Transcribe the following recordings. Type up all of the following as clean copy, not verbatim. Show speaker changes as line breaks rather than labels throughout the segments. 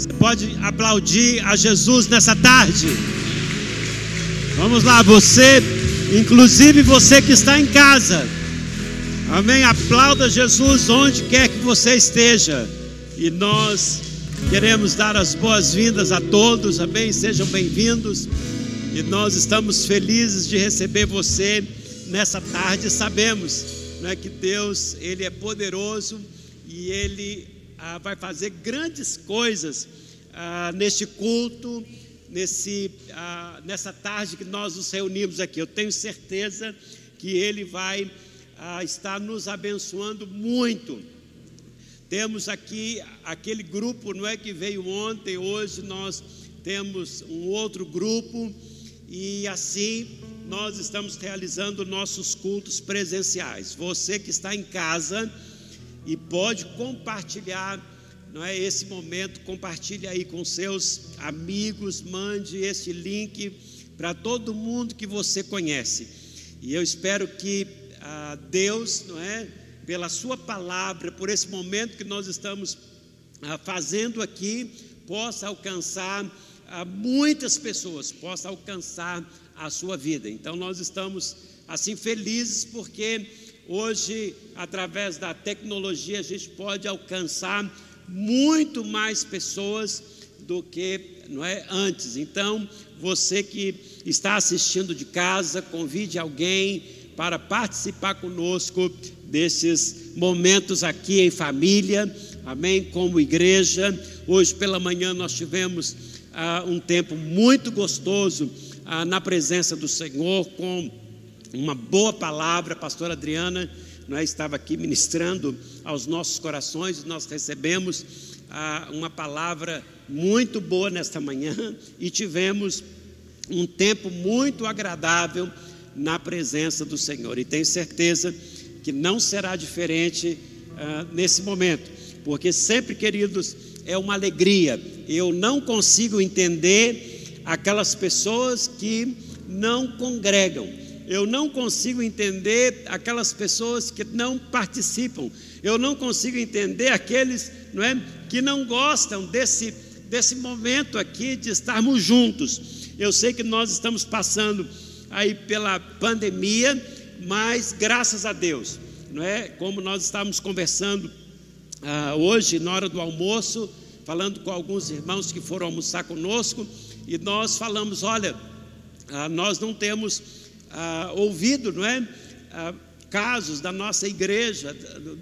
Você pode aplaudir a Jesus nessa tarde? Vamos lá, você, inclusive você que está em casa. Amém? Aplauda Jesus onde quer que você esteja. E nós queremos dar as boas-vindas a todos. Amém? Sejam bem-vindos. E nós estamos felizes de receber você nessa tarde. Sabemos, né, que Deus, Ele é poderoso e Ele vai fazer grandes coisas neste culto, nessa tarde que nós nos reunimos aqui. Eu tenho certeza que Ele vai estar nos abençoando muito. Temos aqui aquele grupo, não é, que veio ontem. Hoje nós temos um outro grupo. E assim nós estamos realizando nossos cultos presenciais. Você que está em casa e pode compartilhar, não é, esse momento, compartilhe aí com seus amigos, mande esse link para todo mundo que você conhece. E eu espero que Deus, não é, pela sua palavra, por esse momento que nós estamos fazendo aqui, possa alcançar muitas pessoas, possa alcançar a sua vida. Então nós estamos assim felizes porque hoje, através da tecnologia, a gente pode alcançar muito mais pessoas do que, não é, antes. Então você que está assistindo de casa, convide alguém para participar conosco desses momentos aqui em família, amém, como igreja. Hoje pela manhã nós tivemos um tempo muito gostoso na presença do Senhor, com uma boa palavra. A pastora Adriana, não é, estava aqui ministrando aos nossos corações. Nós recebemos uma palavra muito boa nesta manhã e tivemos um tempo muito agradável na presença do Senhor. E tenho certeza que não será diferente nesse momento, porque sempre, queridos, é uma alegria. Eu não consigo entender aquelas pessoas que não congregam. Eu não consigo entender aquelas pessoas que não participam. Eu não consigo entender aqueles, não é, que não gostam desse momento aqui de estarmos juntos. Eu sei que nós estamos passando aí pela pandemia, mas graças a Deus, não é, como nós estávamos conversando hoje na hora do almoço, falando com alguns irmãos que foram almoçar conosco, e nós falamos: olha, nós não temos ouvido, não é, casos da nossa igreja,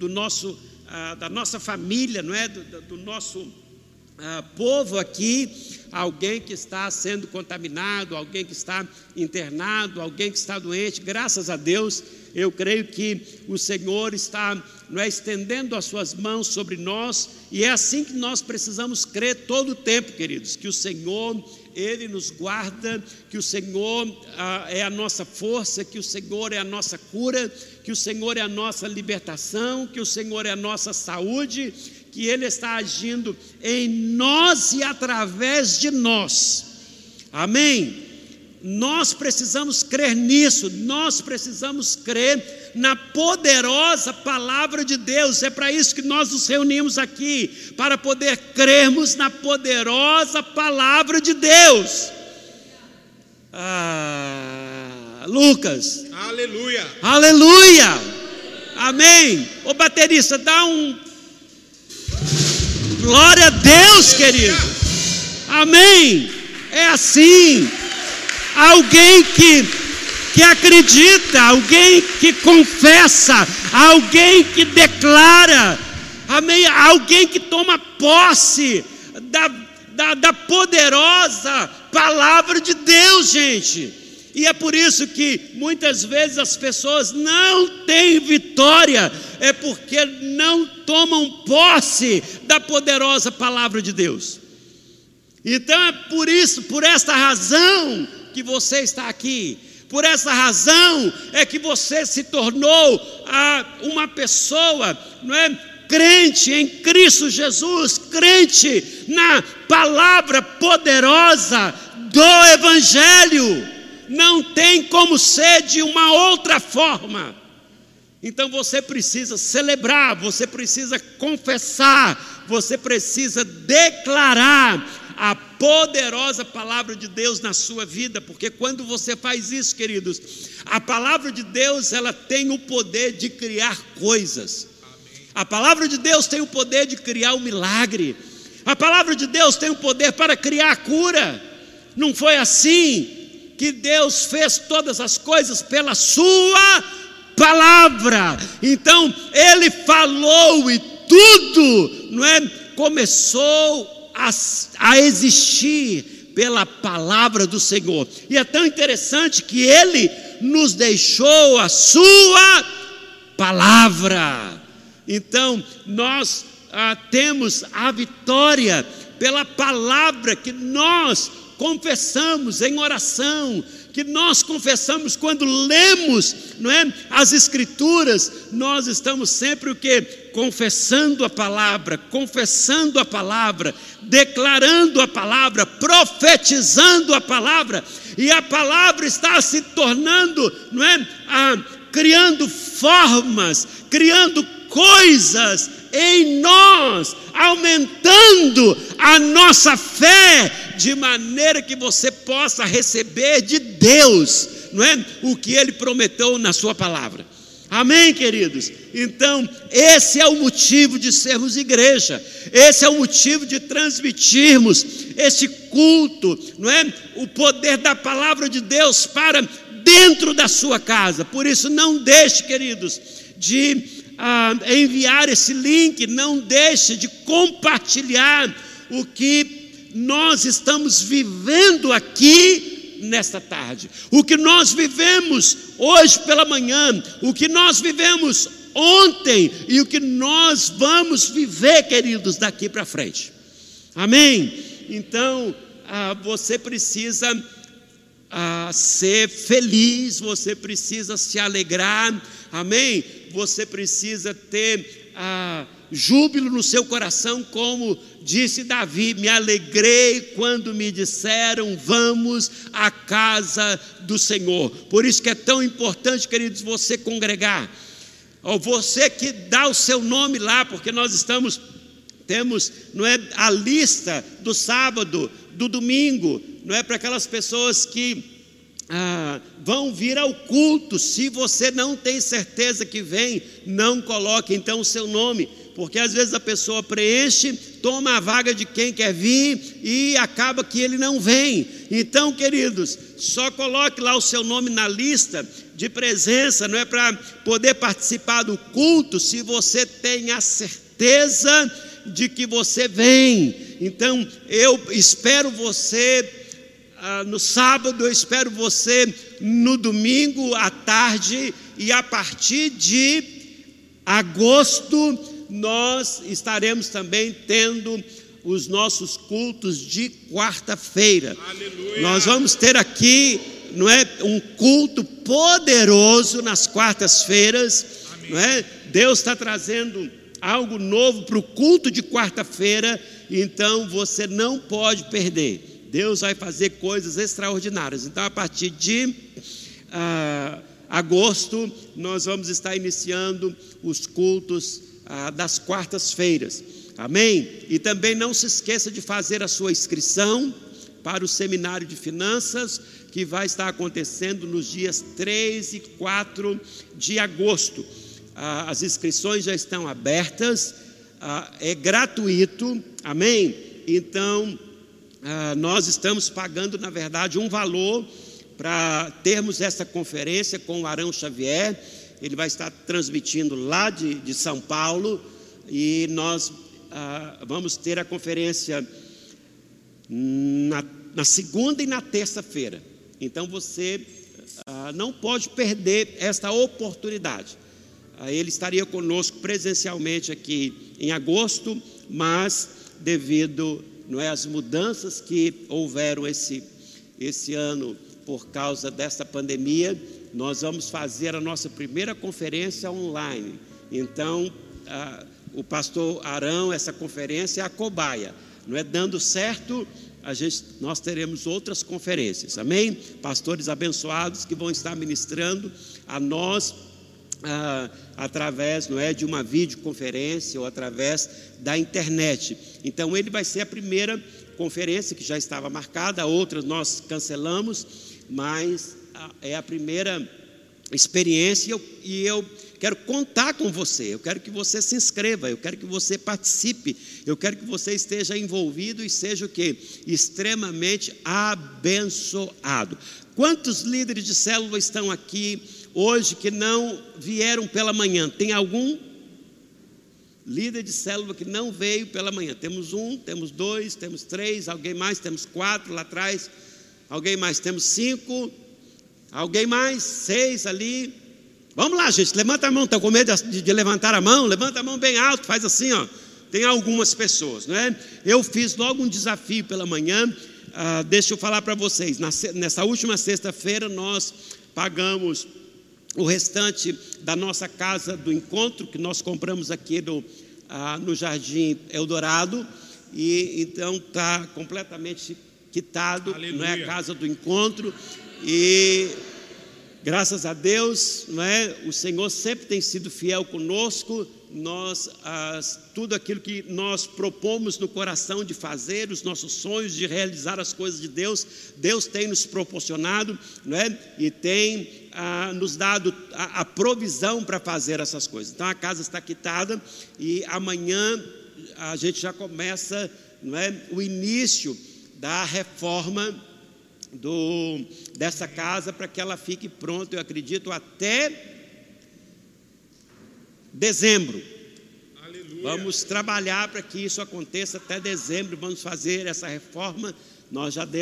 da nossa família, não é, do nosso povo aqui, alguém que está sendo contaminado, alguém que está internado, alguém que está doente. Graças a Deus, eu creio que o Senhor está, não é, estendendo as suas mãos sobre nós, e é assim que nós precisamos crer todo o tempo, queridos, que o Senhor, Ele nos guarda, que o Senhor é a nossa força, que o Senhor é a nossa cura, que o Senhor é a nossa libertação, que o Senhor é a nossa saúde, que Ele está agindo em nós e através de nós. Amém? Nós precisamos crer nisso, nós precisamos crer na poderosa palavra de Deus. É para isso que nós nos reunimos aqui, para poder crermos na poderosa palavra de Deus. Lucas.
Aleluia.
Aleluia. Amém. Ô baterista, dá glória a Deus, querido. Amém. É assim. Alguém que acredita, alguém que confessa, alguém que declara, amém, alguém que toma posse da poderosa palavra de Deus, gente. E é por isso que muitas vezes as pessoas não têm vitória, é porque não tomam posse da poderosa palavra de Deus. Então é por isso, por esta razão que você está aqui. Por essa razão é que você se tornou uma pessoa, não é, crente em Cristo Jesus, crente na palavra poderosa do Evangelho. Não tem como ser de uma outra forma. Então você precisa celebrar, você precisa confessar, você precisa declarar a poderosa palavra de Deus na sua vida, porque quando você faz isso, queridos, a palavra de Deus, ela tem o poder de criar coisas. A palavra de Deus tem o poder de criar um milagre. A palavra de Deus tem o poder para criar a cura. Não foi assim que Deus fez todas as coisas pela sua palavra? Então Ele falou e tudo, não é, começou a existir pela palavra do Senhor. E é tão interessante que Ele nos deixou a sua palavra. Então nós temos a vitória pela palavra que nós confessamos em oração, que nós confessamos quando lemos, não é, as Escrituras. Nós estamos sempre o quê? Confessando a palavra, declarando a palavra, profetizando a palavra, e a palavra está se tornando, não é, criando formas, criando coisas em nós, aumentando a nossa fé, de maneira que você possa receber de Deus, não é, o que Ele prometeu na sua palavra. Amém, queridos? Então esse é o motivo de sermos igreja, esse é o motivo de transmitirmos esse culto, não é, o poder da palavra de Deus para dentro da sua casa. Por isso não deixe, queridos, de enviar esse link, não deixe de compartilhar o que nós estamos vivendo aqui nesta tarde, o que nós vivemos hoje pela manhã, o que nós vivemos ontem e o que nós vamos viver, queridos, daqui para frente. Amém? Então você precisa ser feliz, você precisa se alegrar. Amém? Você precisa ter júbilo no seu coração, como disse Davi: me alegrei quando me disseram, vamos à casa do Senhor. Por isso que é tão importante, queridos, você congregar, ou você que dá o seu nome lá, porque nós temos, não é, a lista do sábado, do domingo, não é, para aquelas pessoas que vão vir ao culto. Se você não tem certeza que vem, não coloque então o seu nome, porque às vezes a pessoa preenche, toma a vaga de quem quer vir e acaba que ele não vem. Então, queridos, só coloque lá o seu nome na lista de presença, não é, para poder participar do culto, se você tem a certeza de que você vem. Então eu espero você no sábado, eu espero você no domingo à tarde, e a partir de agosto nós estaremos também tendo os nossos cultos de quarta-feira. Nós vamos ter aqui, não é, um culto poderoso nas quartas-feiras, não é? Deus está trazendo algo novo para o culto de quarta-feira, então você não pode perder. Deus vai fazer coisas extraordinárias. Então, a partir de agosto, nós vamos estar iniciando os cultos das quartas-feiras. Amém? E também não se esqueça de fazer a sua inscrição para o seminário de finanças, que vai estar acontecendo nos dias 3 e 4 de agosto. As inscrições já estão abertas, é gratuito. Amém? Então nós estamos pagando, na verdade, um valor para termos essa conferência com o Arão Xavier. Ele vai estar transmitindo lá de São Paulo, e nós vamos ter a conferência na segunda e na terça-feira. Então você não pode perder esta oportunidade. Ele estaria conosco presencialmente aqui em agosto, mas devido, não é, as mudanças que houveram esse ano por causa desta pandemia, nós vamos fazer a nossa primeira conferência online. Então o pastor Arão, essa conferência é a cobaia, não é? Dando certo, nós teremos outras conferências. Amém? Pastores abençoados que vão estar ministrando a nós através, não é, de uma videoconferência ou através da internet. Então ele vai ser a primeira conferência que já estava marcada, a outra nós cancelamos, mas é a primeira experiência e eu quero contar com você, eu quero que você se inscreva, eu quero que você participe, eu quero que você esteja envolvido e seja o quê? Extremamente abençoado. Quantos líderes de célula estão aqui hoje que não vieram pela manhã? Tem algum líder de célula que não veio pela manhã? Temos um, temos dois, temos três, alguém mais? Temos quatro lá atrás, alguém mais? Temos cinco, alguém mais? Seis ali. Vamos lá, gente, levanta a mão. Estão com medo de levantar a mão? Levanta a mão bem alto, faz assim, ó. Tem algumas pessoas, não é? Eu fiz logo um desafio pela manhã. Deixa eu falar para vocês. Nessa última sexta-feira nós pagamos o restante da nossa casa do encontro, que nós compramos aqui no Jardim Eldorado, e então está completamente quitado. Aleluia. Não é a casa do encontro, e graças a Deus, não é? O Senhor sempre tem sido fiel conosco. Tudo aquilo que nós propomos no coração de fazer, os nossos sonhos de realizar as coisas de Deus, Deus tem nos proporcionado, não é? E tem nos dado a provisão para fazer essas coisas. Então a casa está quitada e amanhã a gente já começa, não é, o início da reforma dessa casa, para que ela fique pronta, eu acredito, até dezembro. Aleluia. Vamos trabalhar para que isso aconteça até dezembro. Vamos fazer essa reforma. Nós já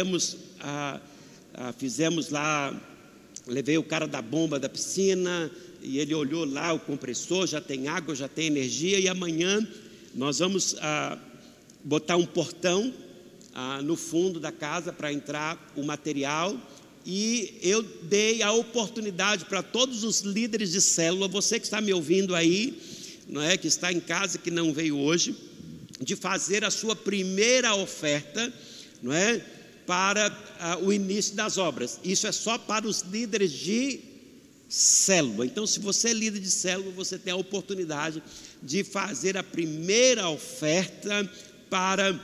fizemos lá, levei o cara da bomba da piscina e ele olhou lá o compressor, já tem água, já tem energia, e amanhã nós vamos botar um portão no fundo da casa para entrar o material. E eu dei a oportunidade para todos os líderes de célula, você que está me ouvindo aí, não é, que está em casa, que não veio hoje, de fazer a sua primeira oferta, não é, para o início das obras. Isso é só para os líderes de célula. Então, se você é líder de célula, você tem a oportunidade de fazer a primeira oferta para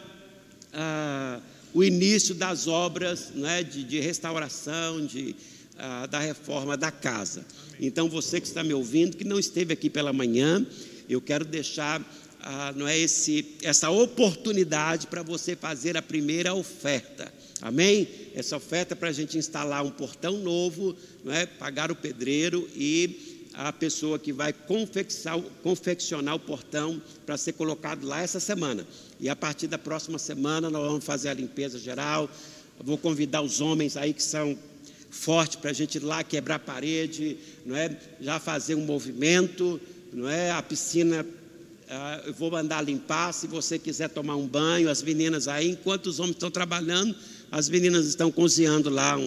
o início das obras, né, de restauração, da reforma da casa. Então, você que está me ouvindo, que não esteve aqui pela manhã, eu quero deixar essa oportunidade para você fazer a primeira oferta. Amém? Essa oferta é para a gente instalar um portão novo, não é? Pagar o pedreiro e a pessoa que vai confeccionar o portão para ser colocado lá essa semana. E a partir da próxima semana nós vamos fazer a limpeza geral. Eu vou convidar os homens aí que são fortes para a gente ir lá quebrar a parede, não é? Já fazer um movimento, não é? A piscina eu vou mandar limpar. Se você quiser tomar um banho, as meninas aí, enquanto os homens estão trabalhando, as meninas estão cozinhando lá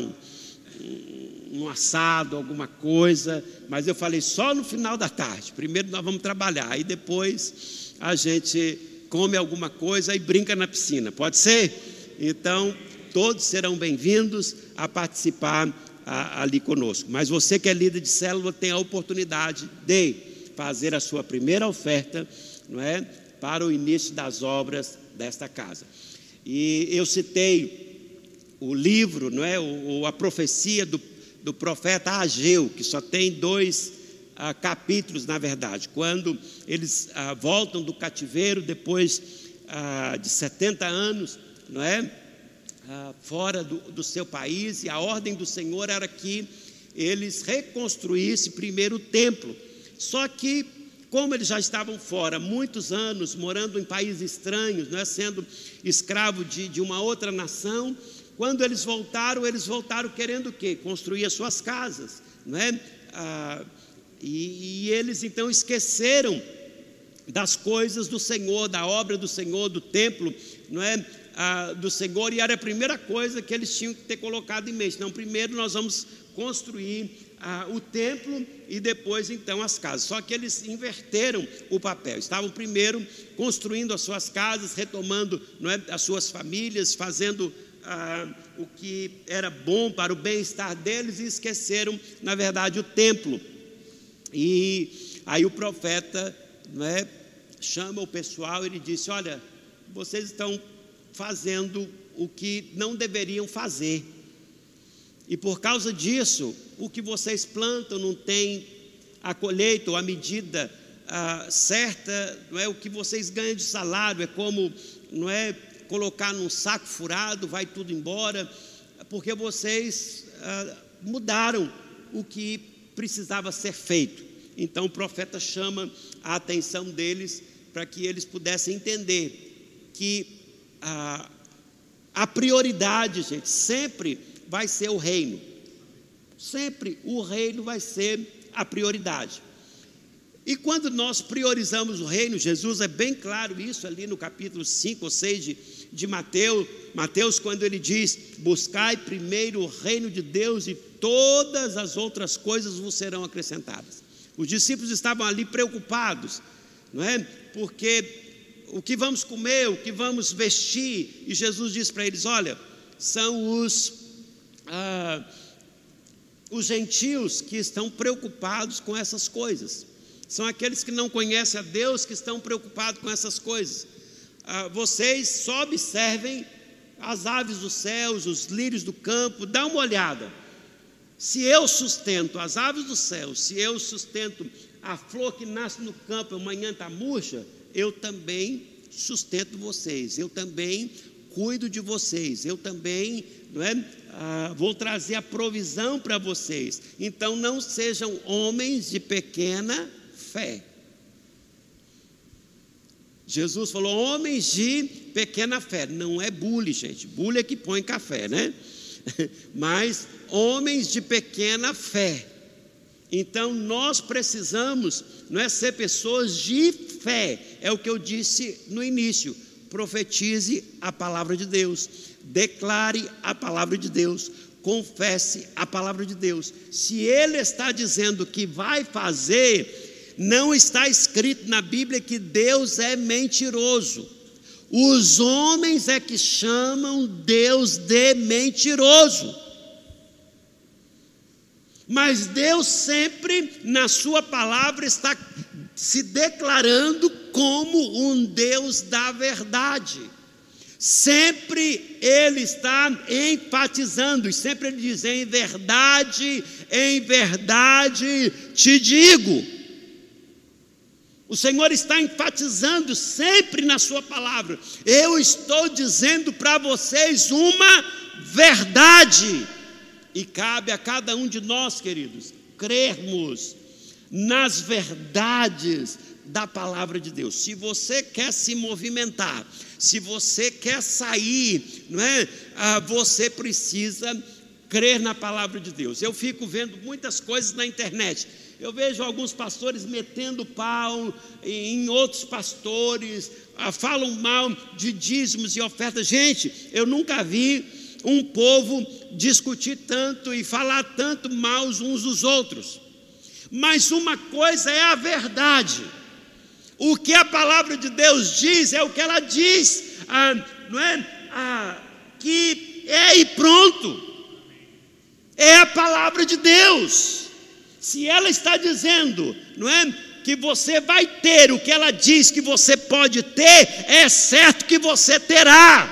um assado, alguma coisa, mas eu falei só no final da tarde. Primeiro nós vamos trabalhar, aí depois a gente come alguma coisa e brinca na piscina, pode ser? Então todos serão bem-vindos a participar ali conosco. Mas você que é líder de célula tem a oportunidade de fazer a sua primeira oferta, não é, para o início das obras desta casa. E eu citei o livro, não é, a profecia do profeta Ageu, que só tem 2 capítulos, na verdade. Quando eles voltam do cativeiro depois de 70 anos, não é, fora do seu país, e a ordem do Senhor era que eles reconstruíssem primeiro o templo. Só que, como eles já estavam fora muitos anos, morando em países estranhos, não é, sendo escravo de uma outra nação, quando eles voltaram querendo o quê? Construir as suas casas, não é? E eles então esqueceram das coisas do Senhor, da obra do Senhor, do templo, não é? Do Senhor, e era a primeira coisa que eles tinham que ter colocado em mente. Então, primeiro nós vamos construir o templo e depois então as casas. Só que eles inverteram o papel. Estavam primeiro construindo as suas casas, retomando, não é, as suas famílias, fazendo o que era bom para o bem-estar deles, e esqueceram, na verdade, o templo. E aí o profeta, né, chama o pessoal e ele disse: olha, vocês estão fazendo o que não deveriam fazer, e por causa disso, o que vocês plantam não tem a colheita ou a medida certa, não é? O que vocês ganham de salário é como, não é, colocar num saco furado, vai tudo embora, porque vocês mudaram o que precisava ser feito. Então o profeta chama a atenção deles para que eles pudessem entender que a prioridade, gente, sempre vai ser o reino. Sempre o reino vai ser a prioridade. E quando nós priorizamos o reino, Jesus é bem claro isso ali no capítulo 5 ou 6 de Mateus, quando ele diz: buscai primeiro o reino de Deus e todas as outras coisas vos serão acrescentadas. Os discípulos estavam ali preocupados, não é? Porque o que vamos comer, o que vamos vestir, e Jesus diz para eles: olha, são os gentios que estão preocupados com essas coisas. São aqueles que não conhecem a Deus que estão preocupados com essas coisas. Vocês só observem as aves dos céus, os lírios do campo. Dá uma olhada. Se eu sustento as aves dos céus, se eu sustento a flor que nasce no campo, amanhã está murcha, eu também sustento vocês, eu também cuido de vocês, eu também, não é, vou trazer a provisão para vocês. Então não sejam homens de pequena fé. Jesus falou homens de pequena fé. Não é bule, gente. Bule é que põe café, né? Mas homens de pequena fé. Então nós precisamos, não é, ser pessoas de fé. É o que eu disse no início. Profetize a palavra de Deus, declare a palavra de Deus, confesse a palavra de Deus. Se Ele está dizendo que vai fazer, não está escrito na Bíblia que Deus é mentiroso. Os homens é que chamam Deus de mentiroso. Mas Deus sempre, na sua palavra, está se declarando como um Deus da verdade. Sempre Ele está enfatizando, e sempre Ele diz: em verdade te digo. O Senhor está enfatizando sempre na sua palavra: eu estou dizendo para vocês uma verdade. E cabe a cada um de nós, queridos, crermos nas verdades da palavra de Deus. Se você quer se movimentar, se você quer sair, não é? Você precisa crer na palavra de Deus. Eu fico vendo muitas coisas na internet. Eu vejo alguns pastores metendo pau em outros pastores, falam mal de dízimos e ofertas. Gente, eu nunca vi um povo discutir tanto e falar tanto mal uns dos outros. Mas uma coisa é a verdade. O que a palavra de Deus diz é o que ela diz, não é? Que é e pronto. É a palavra de Deus. Se ela está dizendo, não é, que você vai ter o que ela diz que você pode ter, é certo que você terá.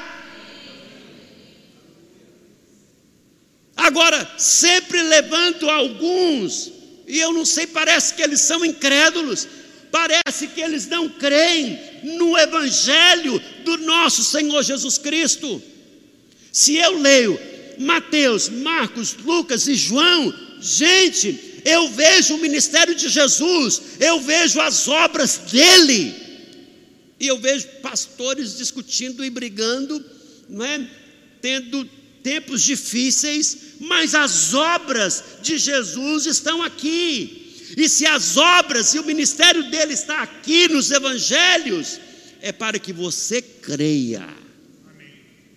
Agora, sempre levanto alguns, e eu não sei, parece que eles são incrédulos, parece que eles não creem no Evangelho do nosso Senhor Jesus Cristo. Se eu leio Mateus, Marcos, Lucas e João, gente, eu vejo o ministério de Jesus, eu vejo as obras dele, e eu vejo pastores discutindo e brigando, não é? Tendo tempos difíceis, mas as obras de Jesus estão aqui. E se as obras e o ministério dele está aqui nos evangelhos, é para que você creia. Amém.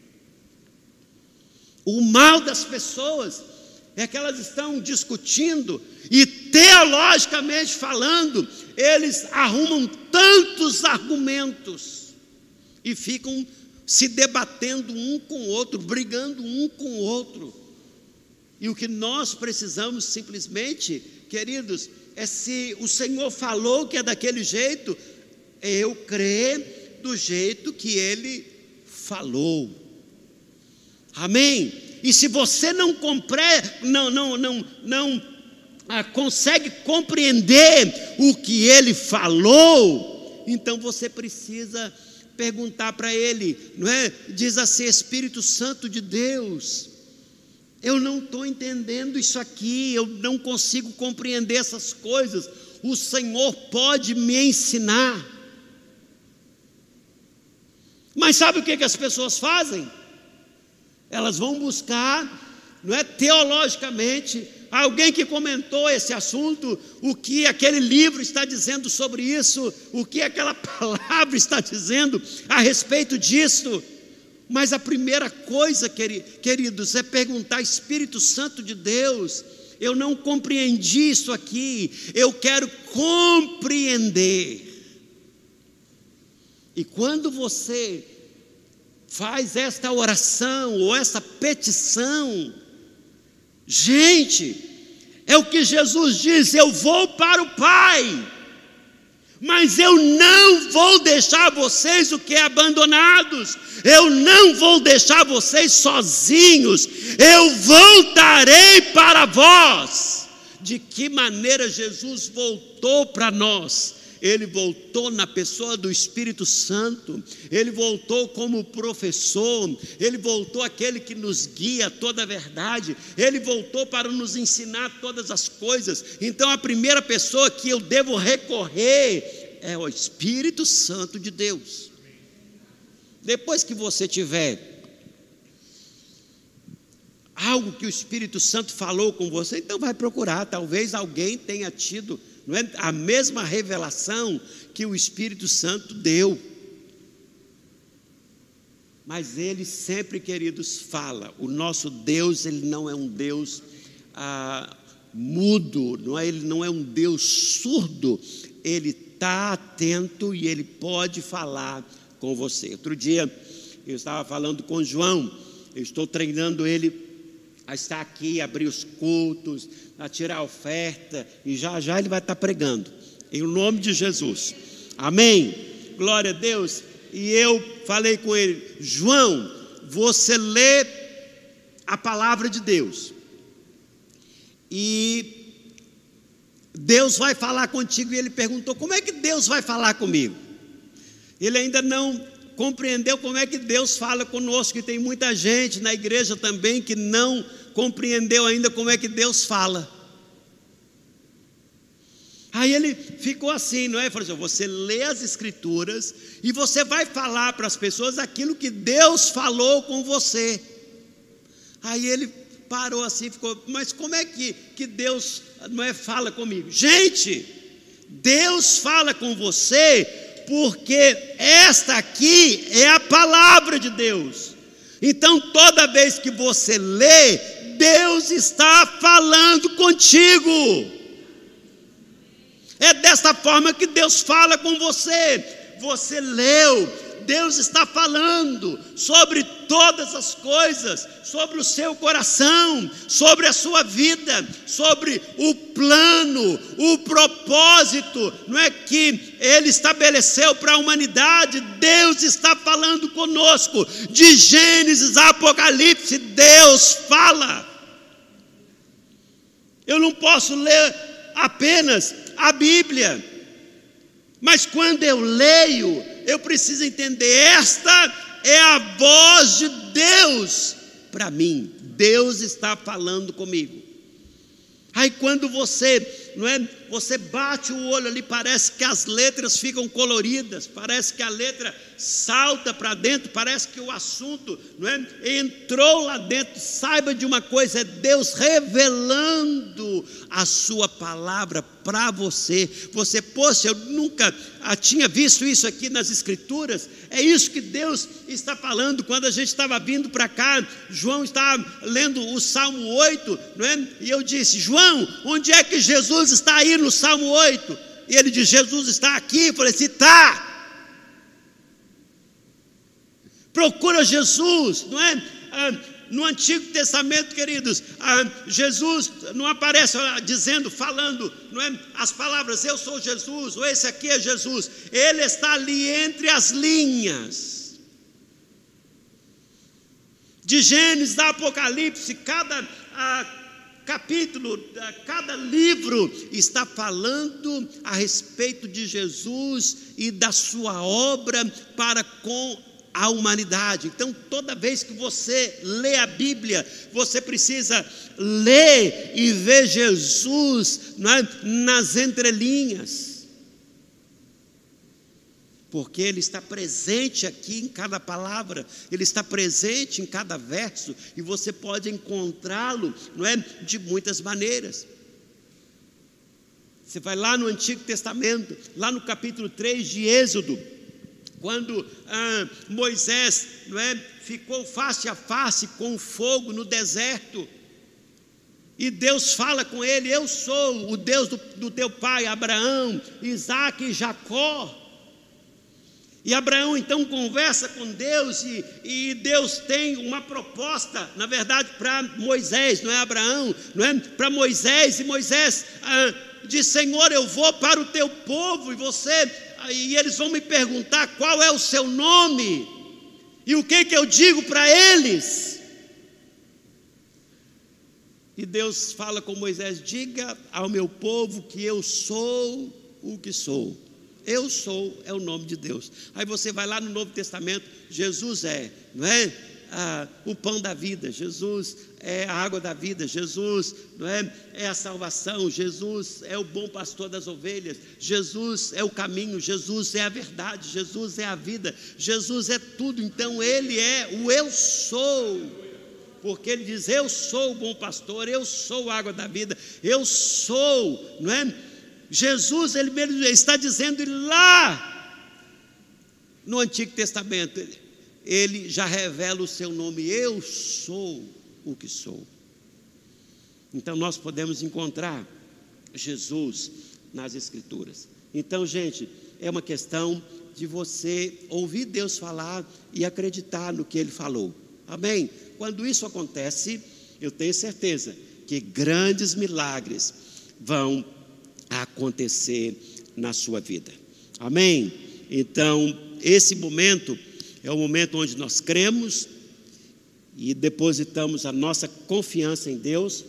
O mal das pessoas é que elas estão discutindo e, teologicamente falando, eles arrumam tantos argumentos e ficam se debatendo um com o outro, brigando um com o outro. E o que nós precisamos simplesmente, queridos, é se o Senhor falou que é daquele jeito, eu crer do jeito que Ele falou. Amém? E se você não consegue compreender o que Ele falou, então você precisa perguntar para Ele, não é? Diz assim: Espírito Santo de Deus, eu não estou entendendo isso aqui, eu não consigo compreender essas coisas, o Senhor pode me ensinar. Mas sabe o que as pessoas fazem? Elas vão buscar, não é, teologicamente, alguém que comentou esse assunto, o que aquele livro está dizendo sobre isso, o que aquela palavra está dizendo a respeito disso. Mas a primeira coisa, queridos, é perguntar: Espírito Santo de Deus, eu não compreendi isso aqui, eu quero compreender. E quando você faz esta oração ou essa petição, gente, é o que Jesus diz: eu vou para o Pai, mas eu não vou deixar vocês o que abandonados, eu não vou deixar vocês sozinhos, eu voltarei para vós. De que maneira Jesus voltou para nós? Ele voltou na pessoa do Espírito Santo, Ele voltou como professor, Ele voltou aquele que nos guia a toda a verdade, Ele voltou para nos ensinar todas as coisas. Então a primeira pessoa que eu devo recorrer é o Espírito Santo de Deus. Depois que você tiver algo que o Espírito Santo falou com você, então vai procurar. Talvez alguém tenha tido, não é, a mesma revelação que o Espírito Santo deu. Mas Ele sempre, queridos, fala. O nosso Deus, Ele não é um Deus mudo, Ele não é um Deus surdo. Ele está atento e Ele pode falar com você. Outro dia eu estava falando com o João, eu estou treinando ele a estar aqui, abrir os cultos, a tirar a oferta, e já já ele vai estar pregando, em nome de Jesus, amém, glória a Deus. E eu falei com ele: João, você lê a palavra de Deus, e Deus vai falar contigo. E ele perguntou: como é que Deus vai falar comigo? Ele ainda não compreendeu como é que Deus fala conosco, e tem muita gente na igreja também que não compreendeu ainda como é que Deus fala. Aí ele ficou assim, não é? Ele falou assim: você lê as Escrituras e você vai falar para as pessoas aquilo que Deus falou com você. Aí ele parou assim, ficou: mas como é que Deus não é, fala comigo? Gente, Deus fala com você porque esta aqui é a palavra de Deus. Então toda vez que você lê, Deus está falando contigo. É desta forma que Deus fala com você. Você leu, Deus está falando sobre todas as coisas, sobre o seu coração, sobre a sua vida, sobre o plano, o propósito, não é, que Ele estabeleceu para a humanidade. Deus está falando conosco, de Gênesis a Apocalipse, Deus fala. Eu não posso ler apenas a Bíblia, mas quando eu leio, eu preciso entender: esta é a voz de Deus para mim. Deus está falando comigo. Aí quando você, não é, você bate o olho ali, parece que as letras ficam coloridas, parece que a letra salta para dentro, parece que o assunto, não é, entrou lá dentro. Saiba de uma coisa: é Deus revelando a sua palavra para você. Você, poxa, eu nunca tinha visto isso aqui nas Escrituras. É isso que Deus está falando. Quando a gente estava vindo para cá, João estava lendo o Salmo 8, não é? E eu disse: João, onde é que Jesus está aí no Salmo 8? E ele disse: Jesus está aqui. Eu falei assim: está. Procura Jesus, não é? no Antigo Testamento, queridos, Jesus não aparece dizendo, falando, não é, as palavras eu sou Jesus, ou esse aqui é Jesus. Ele está ali entre as linhas de Gênesis, da Apocalipse. Cada capítulo, cada livro está falando a respeito de Jesus e da sua obra para com a humanidade. Então, toda vez que você lê a Bíblia, você precisa ler e ver Jesus, não é, nas entrelinhas, porque Ele está presente aqui em cada palavra, Ele está presente em cada verso, e você pode encontrá-lo, não é, de muitas maneiras. Você vai lá no Antigo Testamento, lá no capítulo 3 de Êxodo, quando Moisés, não é, ficou face a face com o fogo no deserto, e Deus fala com ele: eu sou o Deus do teu pai Abraão, Isaque e Jacó. E Abraão então conversa com Deus, e Deus tem uma proposta, na verdade, para Moisés, não é Abraão, não é, para Moisés. E Moisés diz: Senhor, eu vou para o teu povo, e eles vão me perguntar qual é o seu nome, e o que eu digo para eles? E Deus fala com Moisés: diga ao meu povo que eu sou o que sou. Eu sou é o nome de Deus. Aí você vai lá no Novo Testamento, Jesus não é, o pão da vida, Jesus é a água da vida, Jesus, não é a salvação, Jesus é o bom pastor das ovelhas, Jesus é o caminho, Jesus é a verdade, Jesus é a vida, Jesus é tudo. Então Ele é o eu sou, porque Ele diz: eu sou o bom pastor, eu sou a água da vida, eu sou, não é? Jesus, Ele mesmo está dizendo, e lá no Antigo Testamento Ele já revela o seu nome: eu sou o que sou. Então nós podemos encontrar Jesus nas Escrituras. Então, gente, é uma questão de você ouvir Deus falar e acreditar no que Ele falou. Amém? Quando isso acontece, eu tenho certeza que grandes milagres vão acontecer na sua vida. Amém? Então, esse momento é o momento onde nós cremos e depositamos a nossa confiança em Deus,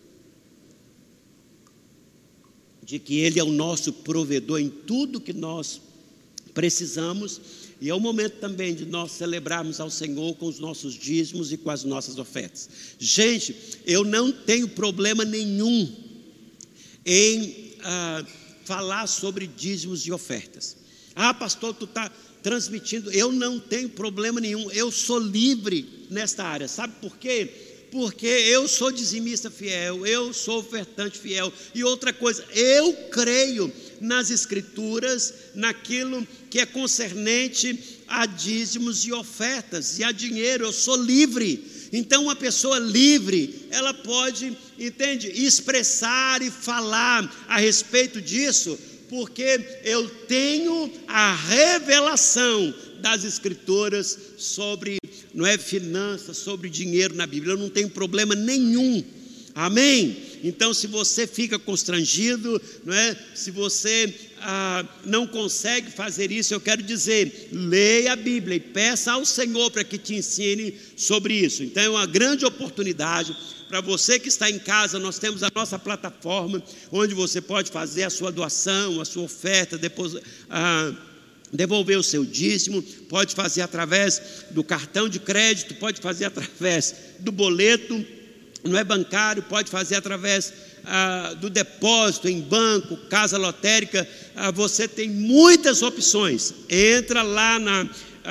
de que Ele é o nosso provedor em tudo que nós precisamos, e é o momento também de nós celebrarmos ao Senhor com os nossos dízimos e com as nossas ofertas. Gente, eu não tenho problema nenhum em falar sobre dízimos e ofertas. Pastor, tu está transmitindo. Eu não tenho problema nenhum, eu sou livre nesta área. Sabe por quê? Porque eu sou dizimista fiel, eu sou ofertante fiel. E outra coisa, eu creio nas Escrituras, naquilo que é concernente a dízimos e ofertas e a dinheiro. Eu sou livre. Então uma pessoa livre, ela pode, entende, expressar e falar a respeito disso, porque eu tenho a revelação das Escrituras sobre, não é, finanças, sobre dinheiro na Bíblia. Eu não tenho problema nenhum. Amém? Então, se você fica constrangido, não é? Se você não consegue fazer isso, eu quero dizer, leia a Bíblia e peça ao Senhor para que te ensine sobre isso. Então é uma grande oportunidade para você que está em casa. Nós temos a nossa plataforma, onde você pode fazer a sua doação, a sua oferta, devolver o seu dízimo, pode fazer através do cartão de crédito, pode fazer através do boleto, não é bancário, pode fazer através do depósito em banco, casa lotérica. Você tem muitas opções. Entra lá na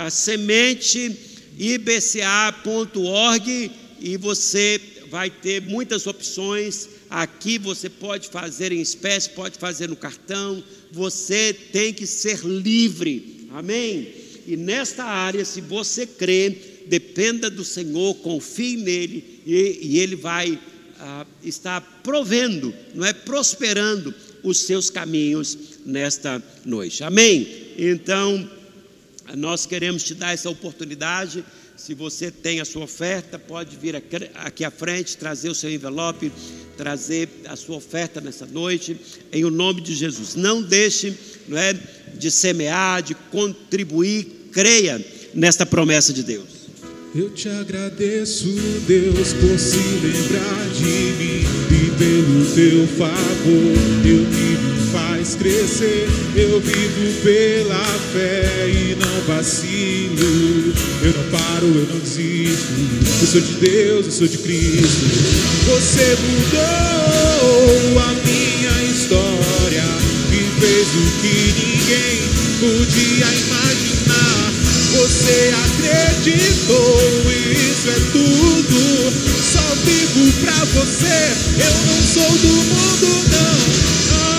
sementeibca.org e você vai ter muitas opções. Aqui você pode fazer em espécie, pode fazer no cartão. Você tem que ser livre. Amém? E nesta área, se você crê, dependa do Senhor, confie nele, e Ele vai estar provendo, não é, prosperando os seus caminhos nesta noite. Amém? Então, nós queremos te dar essa oportunidade Se você tem a sua oferta, pode vir aqui à frente, trazer o seu envelope, trazer a sua oferta nessa noite, em o nome de Jesus. Não deixe, de semear, de contribuir, creia nesta promessa de Deus.
Eu te agradeço, Deus, por se lembrar de mim e pelo teu favor, teu que me faz crescer. Eu vivo pela fé e não vacilo. Eu não paro, eu não desisto. Eu sou de Deus, eu sou de Cristo. Você mudou a minha história e fez o que ninguém podia imaginar. Você acreditou, isso é tudo. Só vivo pra você. Eu não sou do mundo, não.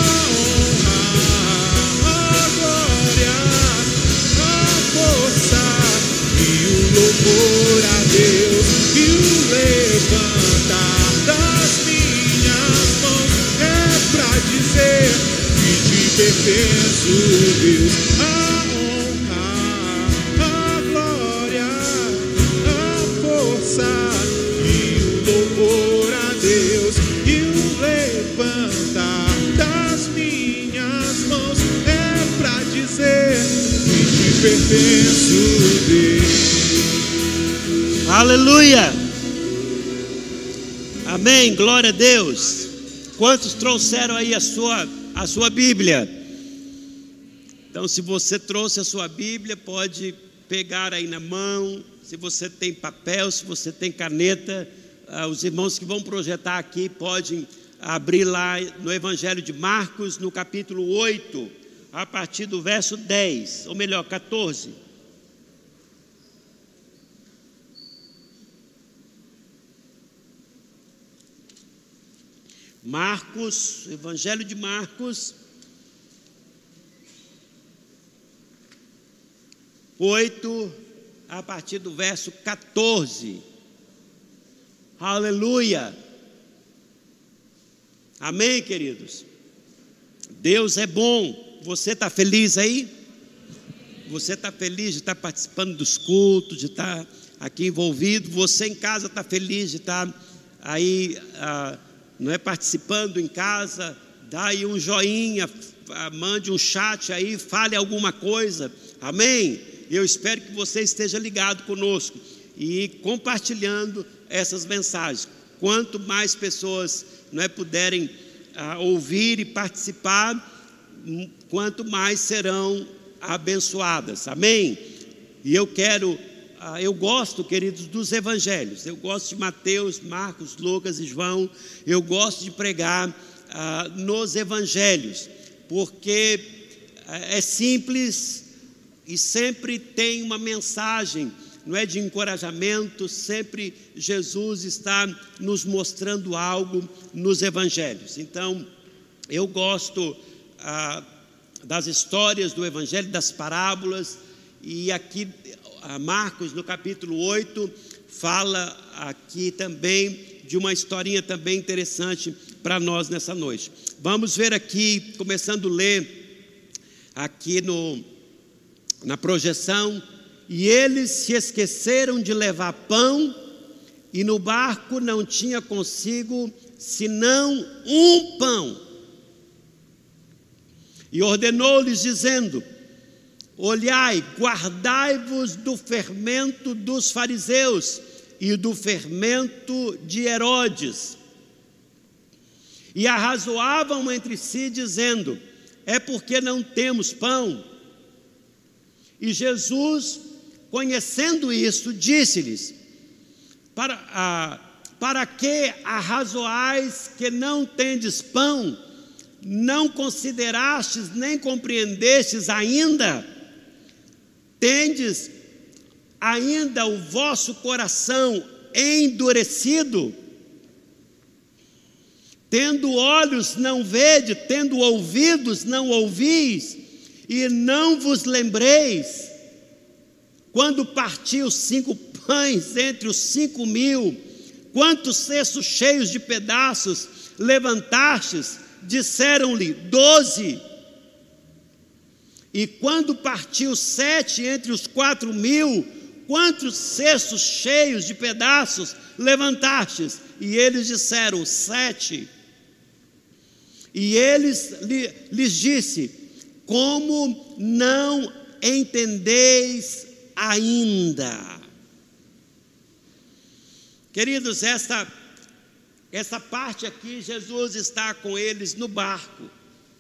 A glória, a força e o louvor a Deus e o levantar das minhas mãos é pra dizer que te pertenço, Deus. E o louvor a Deus e o levantar das minhas mãos é pra dizer que te pertenço, Deus.
Aleluia! Amém, glória a Deus. Quantos trouxeram aí a sua Bíblia? Então, se você trouxe a sua Bíblia, pode pegar aí na mão. Se você tem papel, se você tem caneta, os irmãos que vão projetar aqui podem abrir lá no Evangelho de Marcos, no capítulo 8, a partir do verso 10, ou melhor, 14. Marcos, Evangelho de Marcos, 8, a partir do verso 14. Aleluia. Amém, queridos? Deus é bom. Você está feliz aí? Você está feliz de estar participando dos cultos, de estar aqui envolvido? Você em casa está feliz de estar aí, participando em casa? Dá aí um joinha, mande um chat aí, fale alguma coisa. Amém? Eu espero que você esteja ligado conosco e compartilhando essas mensagens. Quanto mais pessoas puderem ouvir e participar, quanto mais serão abençoadas. Amém? E eu gosto, queridos, dos evangelhos. Eu gosto de Mateus, Marcos, Lucas e João. Eu gosto de pregar nos evangelhos, porque é simples e sempre tem uma mensagem, de encorajamento. Sempre Jesus está nos mostrando algo nos evangelhos. Então, eu gosto das histórias do evangelho, das parábolas. E aqui, Marcos, no capítulo 8, fala aqui também de uma historinha também interessante para nós nessa noite. Vamos ver aqui, começando a ler aqui na projeção. E eles se esqueceram de levar pão, e no barco não tinha consigo senão um pão. E ordenou-lhes dizendo: olhai, guardai-vos do fermento dos fariseus e do fermento de Herodes. E arrazoavam entre si, dizendo: é porque não temos pão. E Jesus, conhecendo isso, disse-lhes: para que arrazoais que não tendes pão? Não considerastes nem compreendestes ainda? Tendes ainda o vosso coração endurecido? Tendo olhos não vede, tendo ouvidos não ouvis, e não vos lembreis, quando partiu os 5 pães entre os 5.000, quantos cestos cheios de pedaços levantastes? Disseram-lhe 12. E quando partiu 7 entre os 4.000, quantos cestos cheios de pedaços levantastes? E eles disseram: 7. E lhes disse: como não entendeis ainda? Queridos, essa parte aqui, Jesus está com eles no barco.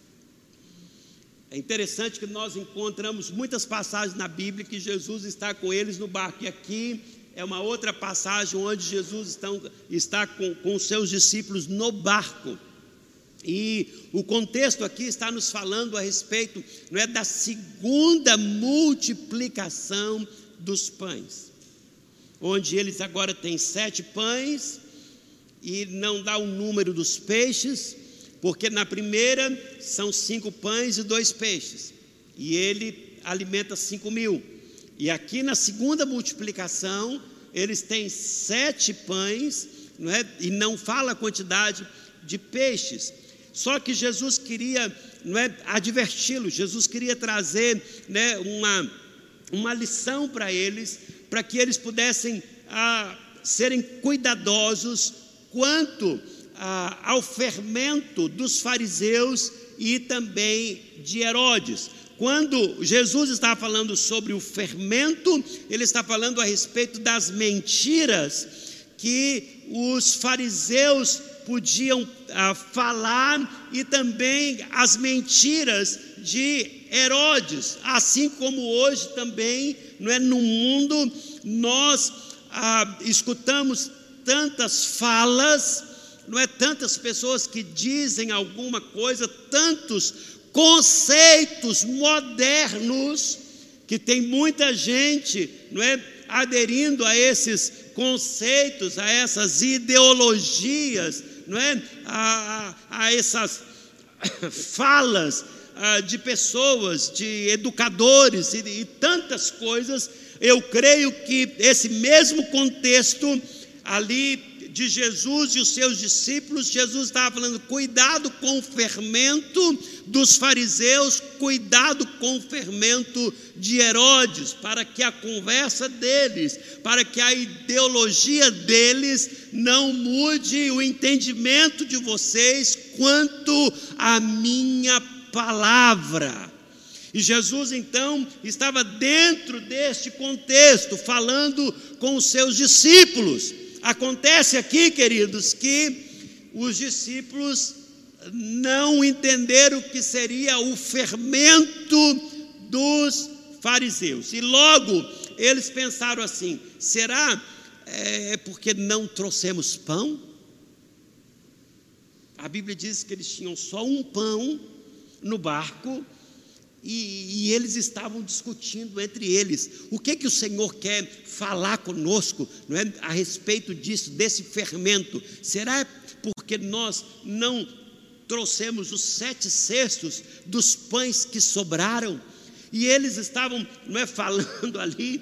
É interessante que nós encontramos muitas passagens na Bíblia que Jesus está com eles no barco. E aqui é uma outra passagem onde Jesus está com os seus discípulos no barco. E o contexto aqui está nos falando a respeito, não é, da segunda multiplicação dos pães, onde eles agora têm 7 pães e não dá o número dos peixes, porque na primeira são 5 pães e 2 peixes, e ele alimenta 5.000. E aqui na segunda multiplicação eles têm 7 pães, não é? E não fala a quantidade de peixes. Só que Jesus queria, não é, adverti-los. Jesus queria trazer, né, uma lição para eles, para que eles pudessem serem cuidadosos quanto ao fermento dos fariseus e também de Herodes. Quando Jesus está falando sobre o fermento, ele está falando a respeito das mentiras que os fariseus podiam falar, e também as mentiras de Herodes. Assim como hoje também, não é, no mundo nós escutamos tantas falas, não é, tantas pessoas que dizem alguma coisa, tantos conceitos modernos, que tem muita gente, não é, aderindo a esses conceitos, a essas ideologias, não é, a essas falas de pessoas, de educadores e tantas coisas. Eu creio que esse mesmo contexto ali de Jesus e os seus discípulos, Jesus estava falando: cuidado com o fermento dos fariseus, cuidado com o fermento de Herodes, para que a conversa deles, para que a ideologia deles não mude o entendimento de vocês quanto à minha palavra. E Jesus então estava dentro deste contexto, falando com os seus discípulos. Acontece aqui, queridos, que os discípulos não entenderam o que seria o fermento dos fariseus, e logo eles pensaram assim: será porque não trouxemos pão? A Bíblia diz que eles tinham só um pão no barco, e eles estavam discutindo entre eles: o que o Senhor quer falar conosco, não é, a respeito disso, desse fermento? Será porque nós não trouxemos os 7 cestos dos pães que sobraram? E eles estavam, não é, falando ali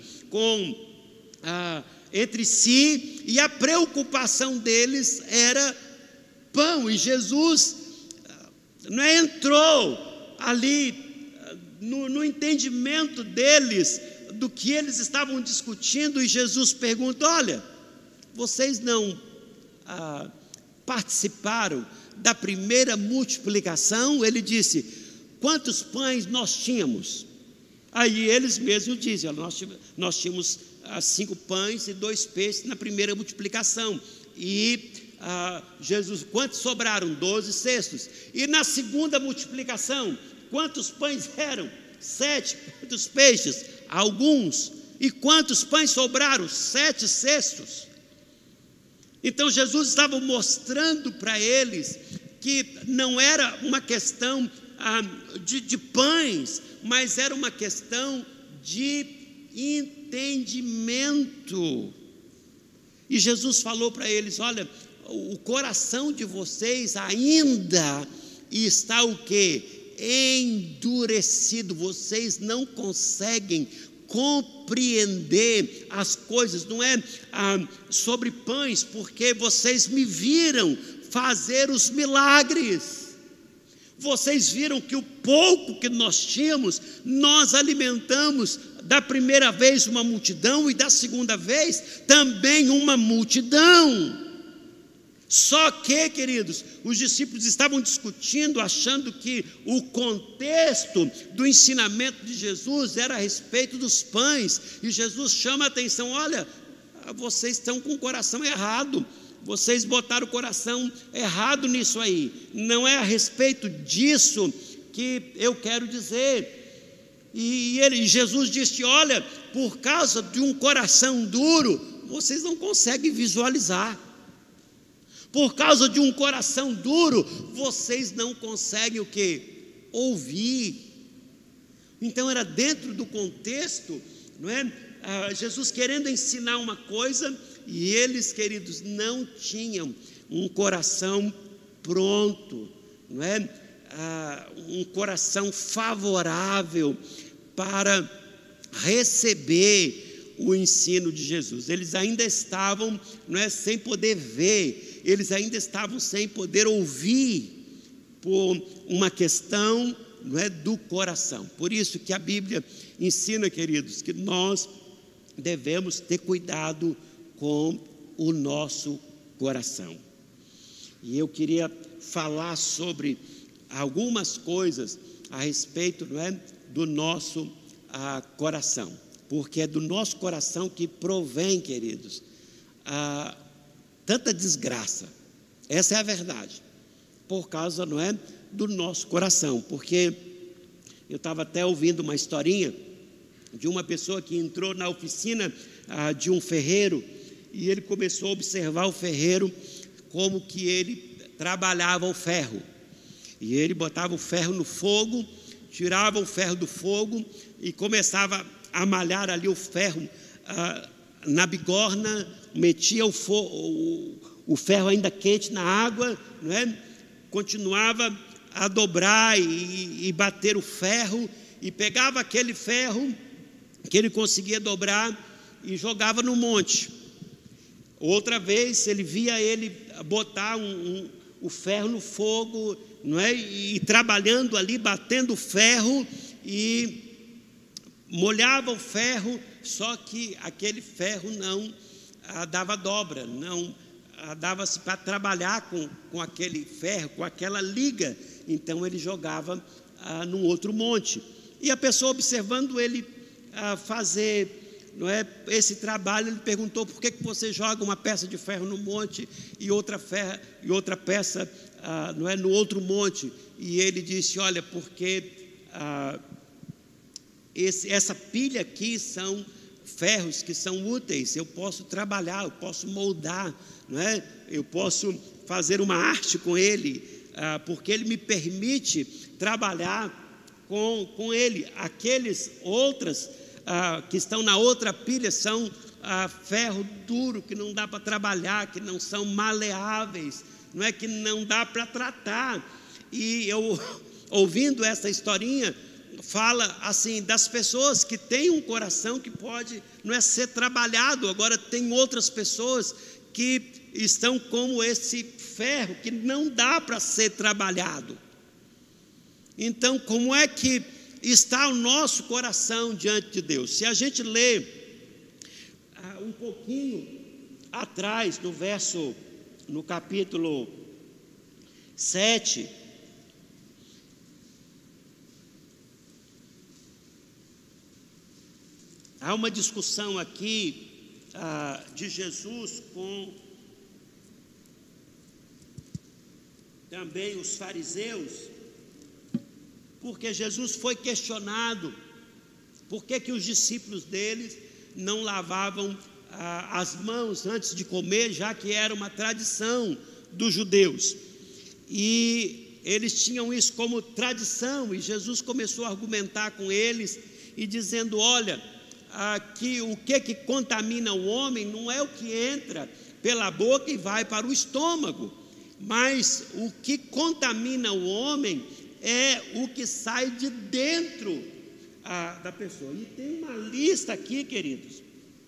entre si, e a preocupação deles era pão. E Jesus não é, entrou ali no entendimento deles do que eles estavam discutindo, e Jesus pergunta: olha, vocês não participaram da primeira multiplicação? Ele disse: quantos pães nós tínhamos? Aí eles mesmos dizem: nós tínhamos 5 pães e 2 peixes na primeira multiplicação. E Jesus: quantos sobraram? 12 cestos. E na segunda multiplicação, quantos pães eram? 7. Quantos peixes? Alguns. E quantos pães sobraram? 7 cestos. Então Jesus estava mostrando para eles que não era uma questão de pães, mas era uma questão de entendimento. E Jesus falou para eles: olha, o coração de vocês ainda está o quê? Endurecido. Vocês não conseguem compreender as coisas, não é sobre pães, porque vocês me viram fazer os milagres. Vocês viram que o pouco que nós tínhamos, nós alimentamos da primeira vez uma multidão e da segunda vez também uma multidão. Só que, queridos, os discípulos estavam discutindo, achando que o contexto do ensinamento de Jesus era a respeito dos pães, e Jesus chama a atenção: olha, vocês estão com o coração errado, vocês botaram o coração errado nisso aí, não é a respeito disso que eu quero dizer. E Jesus disse: olha, por causa de um coração duro, vocês não conseguem visualizar. Por causa de um coração duro, vocês não conseguem o quê? Ouvir. Então era dentro do contexto, não é? Jesus querendo ensinar uma coisa, e eles, queridos, não tinham um coração pronto, não é? Um coração favorável para receber o ensino de Jesus. Eles ainda estavam, não é, sem poder ver, eles ainda estavam sem poder ouvir, por uma questão, não é, do coração. Por isso que a Bíblia ensina, queridos, que nós devemos ter cuidado com o nosso coração. E eu queria falar sobre algumas coisas a respeito, não é, do nosso coração, porque é do nosso coração que provém, queridos, tanta desgraça. Essa é a verdade, por causa, não é, do nosso coração. Porque eu estava até ouvindo uma historinha de uma pessoa que entrou na oficina de um ferreiro, e ele começou a observar o ferreiro, como que ele trabalhava o ferro. E ele botava o ferro no fogo, tirava o ferro do fogo e começava a malhar ali o ferro na bigorna, metia o ferro ainda quente na água, não é? Continuava a dobrar e bater o ferro, e pegava aquele ferro que ele conseguia dobrar e jogava no monte. Outra vez ele via ele botar o ferro no fogo, não é? E trabalhando ali, batendo o ferro, e molhava o ferro, só que aquele ferro não dava dobra, não dava-se para trabalhar com aquele ferro, com aquela liga. Então ele jogava num outro monte, e a pessoa observando ele fazer, não é, esse trabalho, ele perguntou: por que você joga uma peça de ferro no monte e outra peça não é, no outro monte? E ele disse: olha, porque essa pilha aqui são ferros que são úteis, eu posso trabalhar, eu posso moldar, não é? Eu posso fazer uma arte com ele, porque ele me permite trabalhar com ele. Aqueles outras que estão na outra pilha são ferro duro, que não dá para trabalhar, que não são maleáveis, não é, que não dá para tratar. E eu, ouvindo essa historinha, fala assim das pessoas que têm um coração que pode, não é, ser trabalhado. Agora tem outras pessoas que estão como esse ferro que não dá para ser trabalhado. Então, como é que está o nosso coração diante de Deus? Se a gente lê um pouquinho atrás, no capítulo 7, há uma discussão aqui de Jesus com também os fariseus, porque Jesus foi questionado por que os discípulos deles não lavavam as mãos antes de comer, já que era uma tradição dos judeus, e eles tinham isso como tradição. E Jesus começou a argumentar com eles e dizendo: olha, que o que contamina o homem não é o que entra pela boca e vai para o estômago, mas o que contamina o homem é o que sai de dentro da pessoa. E tem uma lista aqui, queridos,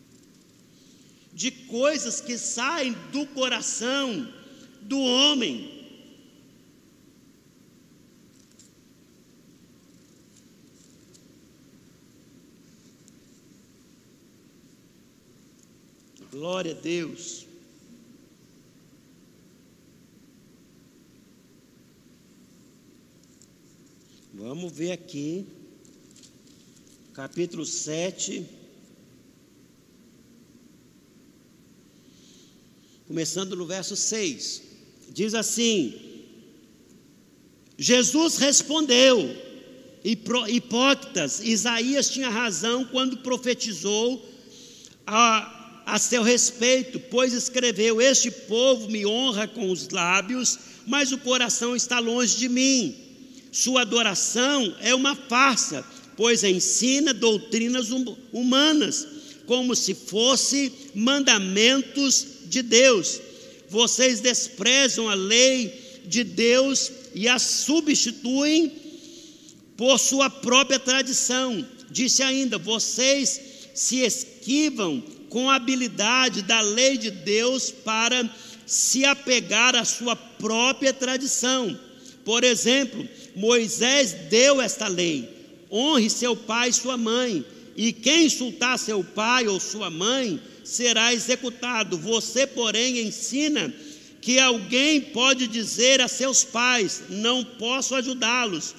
de coisas que saem do coração do homem. Glória a Deus. Vamos ver aqui, capítulo 7, começando no verso 6, diz assim: Jesus respondeu: hipócritas, Isaías tinha razão quando profetizou a seu respeito, pois escreveu: este povo me honra com os lábios, mas o coração está longe de mim. Sua adoração é uma farsa, pois ensina doutrinas humanas, como se fossem mandamentos de Deus. Vocês desprezam a lei de Deus e a substituem por sua própria tradição. Disse ainda: vocês se esquivam com habilidade da lei de Deus para se apegar à sua própria tradição. Por exemplo, Moisés deu esta lei: honre seu pai e sua mãe, e quem insultar seu pai ou sua mãe será executado. Você, porém, ensina que alguém pode dizer a seus pais: não posso ajudá-los.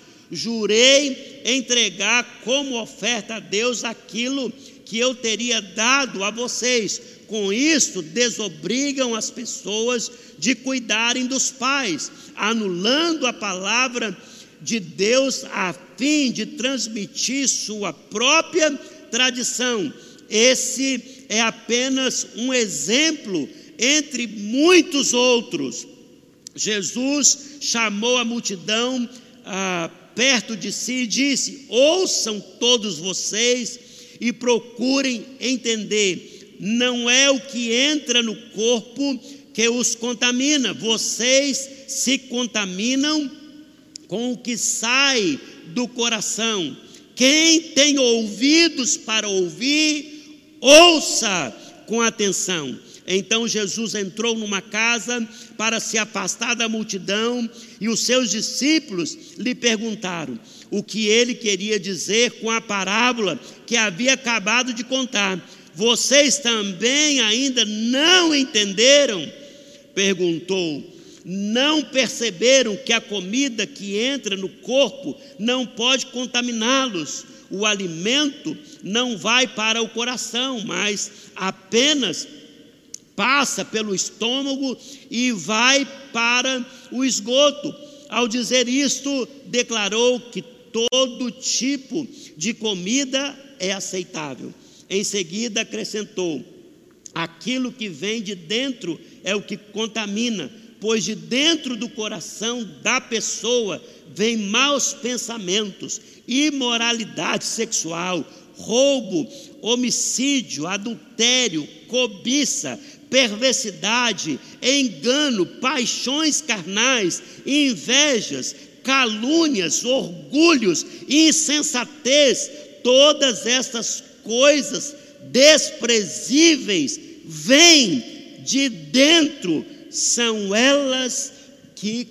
Jurei entregar como oferta a Deus aquilo que eu teria dado a vocês. Com isso, desobrigam as pessoas de cuidarem dos pais, anulando a palavra de Deus a fim de transmitir sua própria tradição. Esse é apenas um exemplo entre muitos outros. Jesus chamou a multidão perto de si e disse: ouçam todos vocês e procurem entender. Não é o que entra no corpo que os contamina, vocês se contaminam com o que sai do coração. Quem tem ouvidos para ouvir, ouça com atenção. Então Jesus entrou numa casa para se afastar da multidão, e os seus discípulos lhe perguntaram o que ele queria dizer com a parábola que havia acabado de contar. Vocês também ainda não entenderam? Perguntou. Não perceberam que a comida que entra no corpo não pode contaminá-los? O alimento não vai para o coração, mas apenas passa pelo estômago e vai para o esgoto. Ao dizer isto, declarou que todo tipo de comida é aceitável. Em seguida acrescentou: aquilo que vem de dentro é o que contamina, pois de dentro do coração da pessoa vêm maus pensamentos, imoralidade sexual, roubo, homicídio, adultério, cobiça, perversidade, engano, paixões carnais, invejas, calúnias, orgulhos, insensatez. Todas estas coisas desprezíveis vêm de dentro, são elas que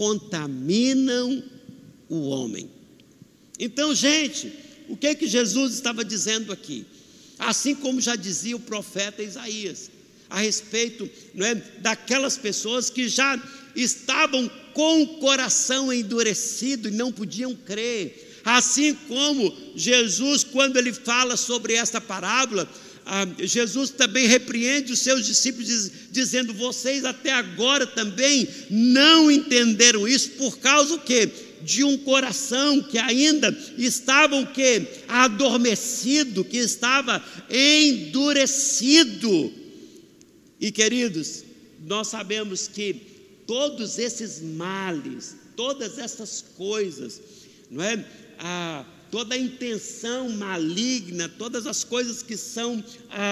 contaminam o homem. Então, gente, o que é que Jesus estava dizendo aqui? Assim como já dizia o profeta Isaías, a respeito, não é, daquelas pessoas que já estavam com o coração endurecido e não podiam crer. Assim como Jesus, quando ele fala sobre esta parábola, Jesus também repreende os seus discípulos, dizendo: vocês até agora também não entenderam isso, por causa do quê? De um coração que ainda estava o quê? Adormecido, que estava endurecido. E queridos, nós sabemos que todos esses males, todas essas coisas, não é? Toda a intenção maligna, todas as coisas que são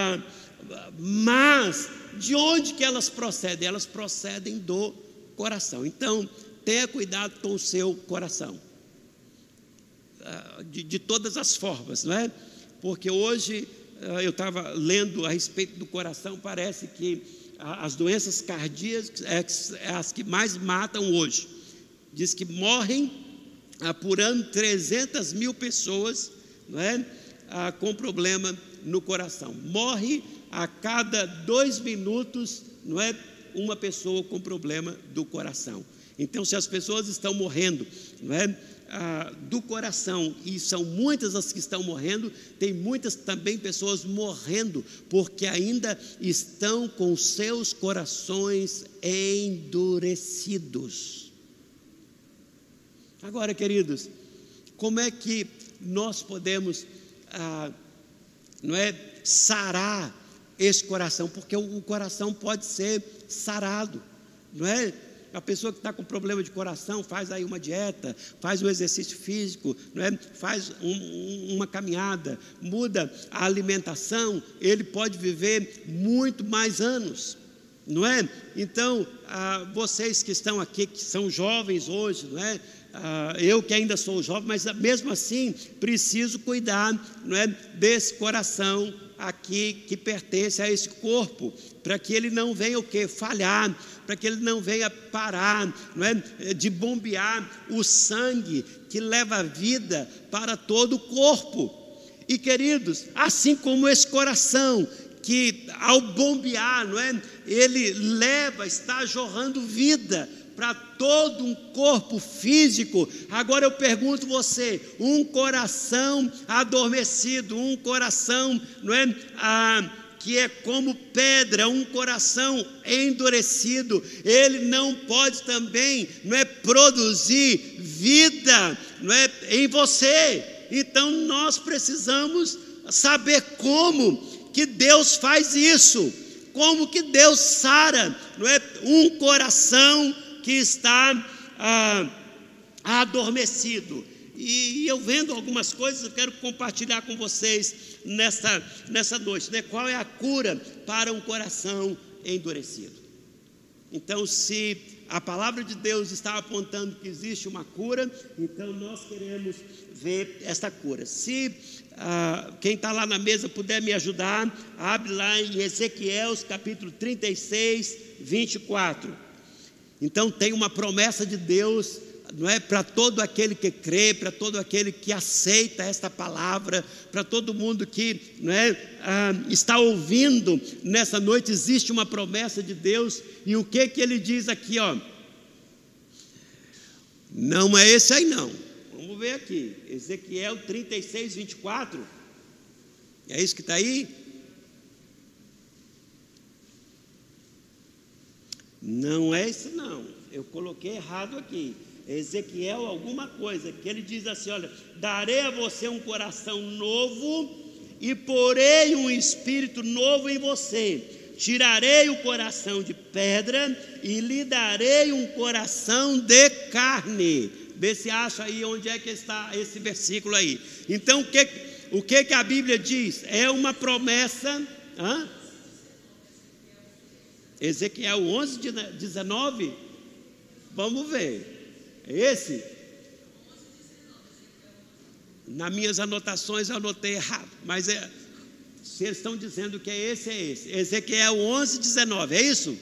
más, de onde que elas procedem? Elas procedem do coração. Então, tenha cuidado com o seu coração, de todas as formas, não é? Porque hoje eu estava lendo a respeito do coração, parece que as doenças cardíacas é as que mais matam hoje. Diz que morrem por ano 300 mil pessoas, não é? com problema no coração. Morre a cada 2 minutos, não é, uma pessoa com problema do coração. Então, se as pessoas estão morrendo, não é, do coração, e são muitas as que estão morrendo, tem muitas também pessoas morrendo porque ainda estão com seus corações endurecidos. Agora, queridos, como é que nós podemos não é, sarar esse coração? Porque o coração pode ser sarado, não é? A pessoa que está com problema de coração faz aí uma dieta, faz um exercício físico, não é? Faz uma caminhada, muda a alimentação, ele pode viver muito mais anos, não é? Então, vocês que estão aqui, que são jovens hoje, não é? Eu que ainda sou jovem, mas mesmo assim preciso cuidar, não é, desse coração aqui que pertence a esse corpo, para que ele não venha o quê? Falhar, para que ele não venha parar, não é, de bombear o sangue que leva a vida para todo o corpo. E queridos, assim como esse coração que ao bombear, não é, ele está jorrando vida para todo um corpo físico. Agora eu pergunto você, um coração adormecido, um coração, não é, que é como pedra, um coração endurecido, ele não pode também, não é, produzir vida, não é, em você. Então nós precisamos saber como que Deus faz isso, como que Deus sara, não é, um coração que está adormecido. E eu vendo algumas coisas, eu quero compartilhar com vocês nessa noite, né? Qual é a cura para um coração endurecido? Então, se a palavra de Deus está apontando que existe uma cura, então nós queremos ver esta cura. Se quem está lá na mesa puder me ajudar, abre lá em Ezequiel capítulo 36, 24. Então tem uma promessa de Deus, não é, para todo aquele que crê, para todo aquele que aceita esta palavra, para todo mundo que, não é, está ouvindo nessa noite. Existe uma promessa de Deus. E o que ele diz aqui, ó? Não é esse aí não, vamos ver aqui, Ezequiel 36, 24, é isso que está aí? Não é esse não, eu coloquei errado aqui. Ezequiel alguma coisa, que ele diz assim, olha, darei a você um coração novo e porei um espírito novo em você, tirarei o coração de pedra e lhe darei um coração de carne. Vê se acha aí onde é que está esse versículo aí. Então o que a Bíblia diz? É uma promessa. Ezequiel 11, 19, vamos ver, é esse? Nas minhas anotações eu anotei errado, mas se eles estão dizendo que é esse, Ezequiel 11, 19, é isso?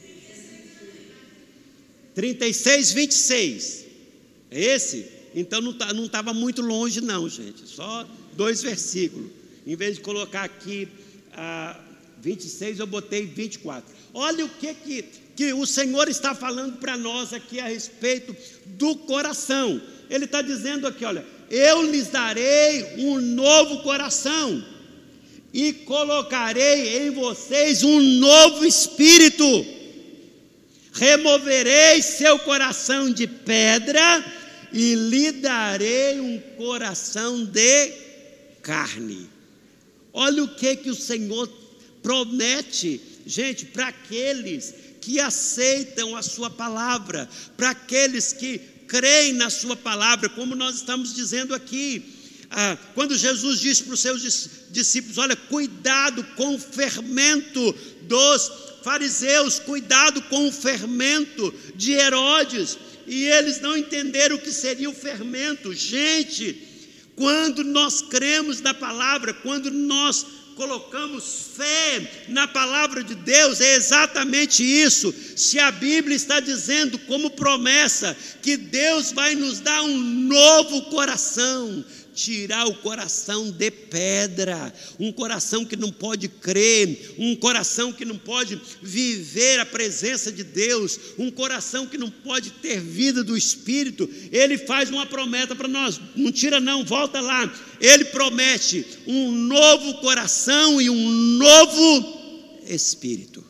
36, 26, é esse? Então não estava muito longe não, gente, só 2 versículos, em vez de colocar aqui 26, eu botei 24. Olha o que o Senhor está falando para nós aqui a respeito do coração. Ele está dizendo aqui, olha, eu lhes darei um novo coração e colocarei em vocês um novo espírito. Removerei seu coração de pedra e lhe darei um coração de carne. Olha o que o Senhor promete, gente, para aqueles que aceitam a sua palavra, para aqueles que creem na sua palavra, como nós estamos dizendo aqui. Quando Jesus disse para os seus discípulos, olha, cuidado com o fermento dos fariseus, cuidado com o fermento de Herodes, e eles não entenderam o que seria o fermento. Gente, quando nós cremos na palavra, quando nós colocamos fé na palavra de Deus, é exatamente isso. Se a Bíblia está dizendo como promessa que Deus vai nos dar um novo coração, tirar o coração de pedra, um coração que não pode crer, um coração que não pode viver a presença de Deus, um coração que não pode ter vida do Espírito. Ele faz uma promessa para nós, não tira não, volta lá, ele promete um novo coração e um novo espírito.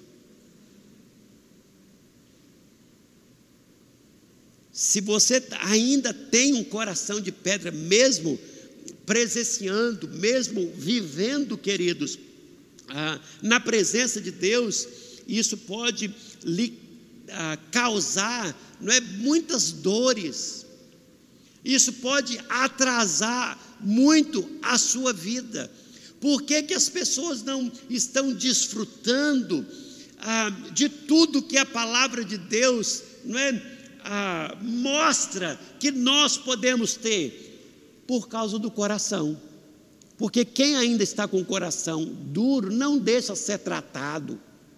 Se você ainda tem um coração de pedra, mesmo presenciando, mesmo vivendo, queridos, na presença de Deus, isso pode lhe causar, não é, muitas dores. Isso pode atrasar muito a sua vida. Por que que as pessoas não estão desfrutando de tudo que a palavra de Deus, não é, mostra que nós podemos ter? Por causa do coração. Porque quem ainda está com o coração duro não deixa ser tratado,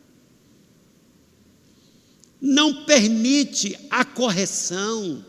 não permite a correção,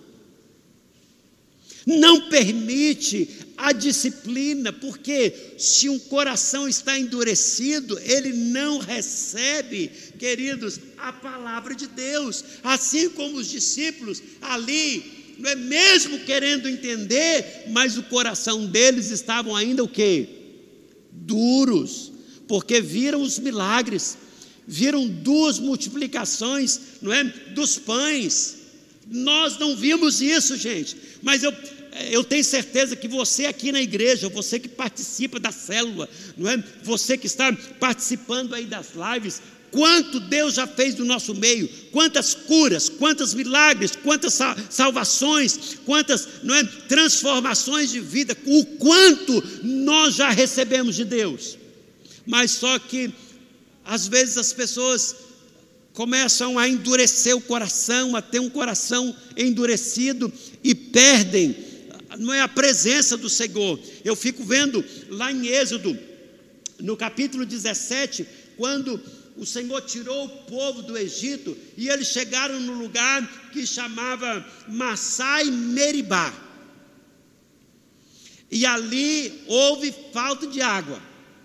não permite a disciplina, porque se um coração está endurecido, ele não recebe, queridos, a palavra de Deus. Assim como os discípulos ali, não é, mesmo querendo entender, mas o coração deles estavam ainda o quê? Duros, porque viram os milagres, viram 2 multiplicações, não é, dos pães. Nós não vimos isso, gente, mas eu tenho certeza que você aqui na igreja, você que participa da célula, não é, você que está participando aí das lives, quanto Deus já fez do nosso meio, quantas curas, quantos milagres, quantas salvações, quantas, não é, transformações de vida, o quanto nós já recebemos de Deus. Mas só que às vezes as pessoas começam a endurecer o coração, a ter um coração endurecido e perdem, não é, a presença do Senhor. Eu fico vendo lá em Êxodo, no capítulo 17, quando o Senhor tirou o povo do Egito e eles chegaram no lugar que chamava Massá e Meribá. E ali houve falta de água.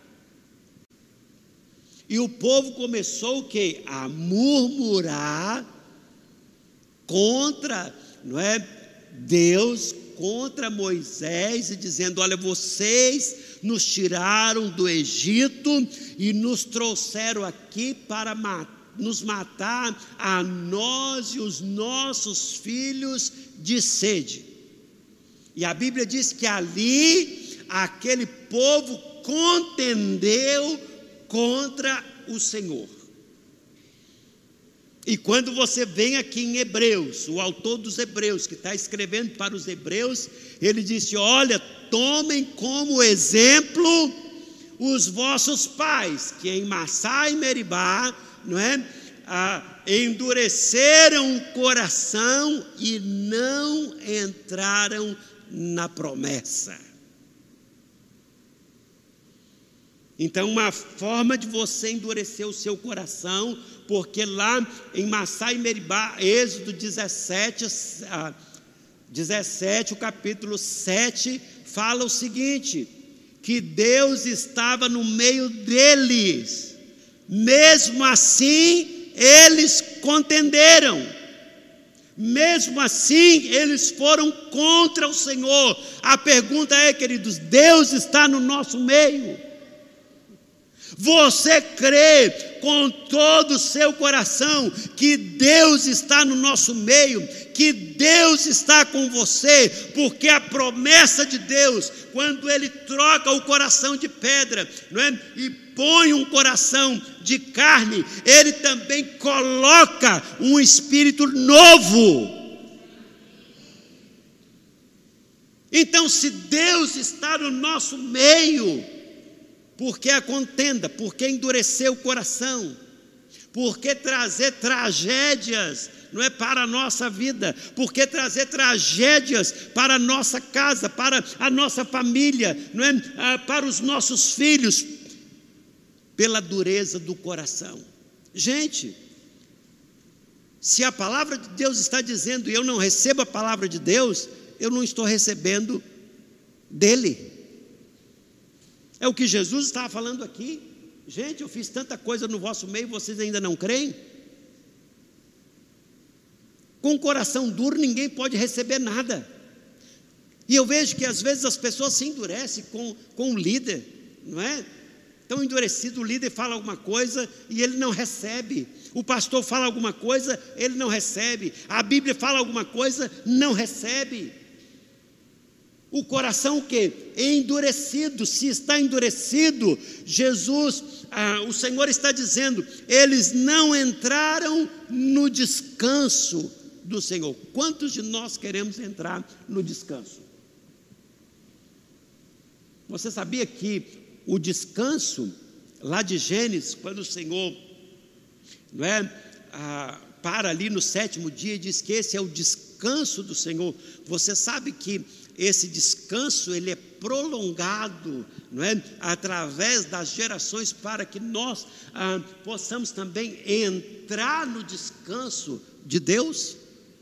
E o povo começou o quê? A murmurar contra, não é, Deus, contra Moisés, e dizendo: olha, vocês nos tiraram do Egito e nos trouxeram aqui para nos matar a nós e os nossos filhos de sede. E a Bíblia diz que ali aquele povo contendeu contra o Senhor. E quando você vem aqui em Hebreus, o autor dos Hebreus, que está escrevendo para os Hebreus, ele disse: olha, tomem como exemplo os vossos pais, que em Massá e Meribá, não é, endureceram o coração e não entraram na promessa. Então, uma forma de você endurecer o seu coração, porque lá em Massá e Meribá, Êxodo 17, o capítulo 7, fala o seguinte: que Deus estava no meio deles, mesmo assim eles contenderam, mesmo assim eles foram contra o Senhor. A pergunta é, queridos, Deus está no nosso meio? Você crê com todo o seu coração que Deus está no nosso meio, que Deus está com você? Porque a promessa de Deus, quando Ele troca o coração de pedra, não é, e põe um coração de carne, Ele também coloca um espírito novo. Então, se Deus está no nosso meio, por que a contenda? Por que endurecer o coração? Por que trazer tragédias, não é, para a nossa vida? Por que trazer tragédias para a nossa casa, para a nossa família, não é, para os nossos filhos? Pela dureza do coração. Gente, se a palavra de Deus está dizendo e eu não recebo a palavra de Deus, eu não estou recebendo dele. É o que Jesus estava falando aqui. Gente, eu fiz tanta coisa no vosso meio, vocês ainda não creem? Com o coração duro ninguém pode receber nada. E eu vejo que às vezes as pessoas se endurecem com o líder, não é? Tão endurecido, o líder fala alguma coisa e ele não recebe. O pastor fala alguma coisa, ele não recebe. A Bíblia fala alguma coisa, não recebe. O coração o quê? Endurecido. Se está endurecido, Jesus, o Senhor está dizendo, eles não entraram no descanso do Senhor. Quantos de nós queremos entrar no descanso? Você sabia que o descanso, lá de Gênesis, quando o Senhor para ali no 7º dia e diz que esse é o descanso do Senhor, você sabe que esse descanso ele é prolongado, não é? Através das gerações, para que nós possamos também entrar no descanso de Deus.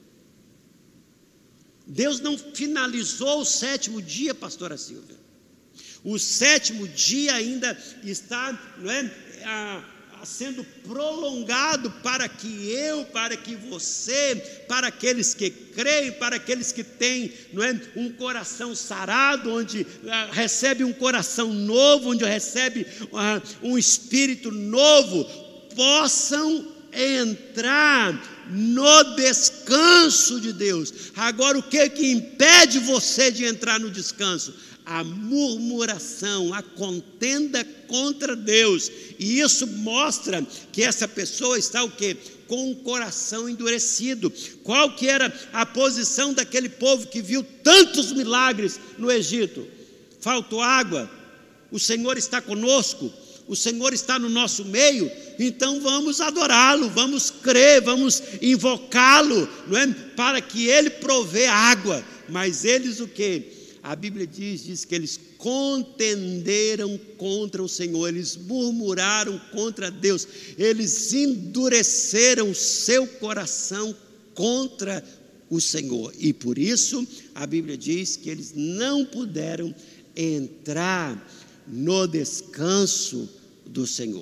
Deus não finalizou o 7º dia, pastora Silvia. O 7º dia ainda está, não é, sendo prolongado para que eu, para que você, para aqueles que creem, para aqueles que têm, não é, um coração sarado, onde recebe um coração novo, onde recebe um espírito novo, possam entrar no descanso de Deus. Agora, o que impede você de entrar no descanso? A murmuração, a contenda contra Deus. E isso mostra que essa pessoa está o quê? Com o coração endurecido. Qual que era a posição daquele povo que viu tantos milagres no Egito? Faltou água, o Senhor está conosco, o Senhor está no nosso meio, então vamos adorá-lo, vamos crer, vamos invocá-lo, não é? Para que Ele provê água. Mas eles o quê? A Bíblia diz que eles contenderam contra o Senhor, eles murmuraram contra Deus, eles endureceram o seu coração contra o Senhor, e por isso a Bíblia diz que eles não puderam entrar no descanso do Senhor.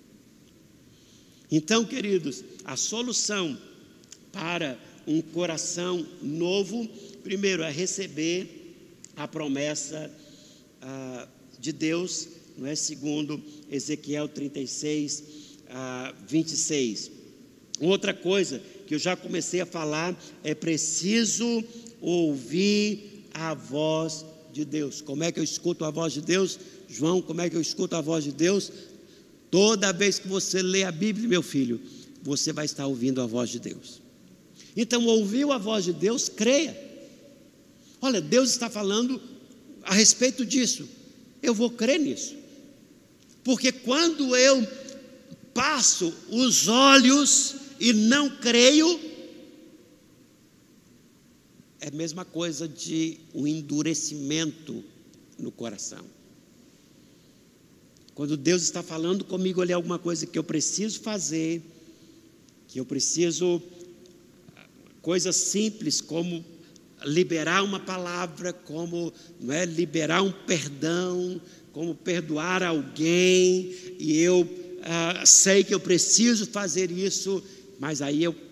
Então, queridos, a solução para um coração novo, primeiro é receber a promessa de Deus, não é? Segundo Ezequiel 36, 26. Outra coisa que eu já comecei a falar, é preciso ouvir a voz de Deus. Como é que eu escuto a voz de Deus? João, como é que eu escuto a voz de Deus? Toda vez que você lê a Bíblia, meu filho, você vai estar ouvindo a voz de Deus. Então, ouviu a voz de Deus, creia. Olha, Deus está falando a respeito disso, eu vou crer nisso, porque quando eu passo os olhos e não creio, é a mesma coisa de um endurecimento no coração. Quando Deus está falando comigo ali alguma coisa que eu preciso fazer, que eu preciso, coisas simples como liberar uma palavra, como, não é, liberar um perdão, como perdoar alguém, e eu sei que eu preciso fazer isso, mas aí eu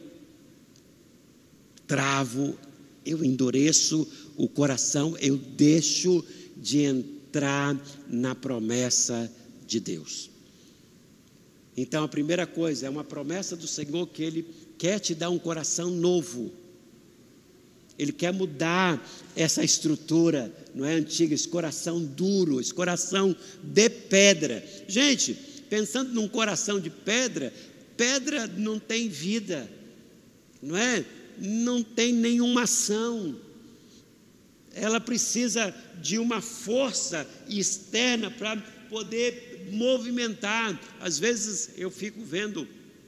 travo, eu endureço o coração, eu deixo de entrar na promessa de Deus. Então a primeira coisa é uma promessa do Senhor, que Ele quer te dar um coração novo. Ele quer mudar essa estrutura, não é, antiga, esse coração duro, esse coração de pedra. Gente, pensando num coração de pedra, pedra não tem vida, não é? Não tem nenhuma ação. Ela precisa de uma força externa para poder movimentar. Às vezes eu fico vendo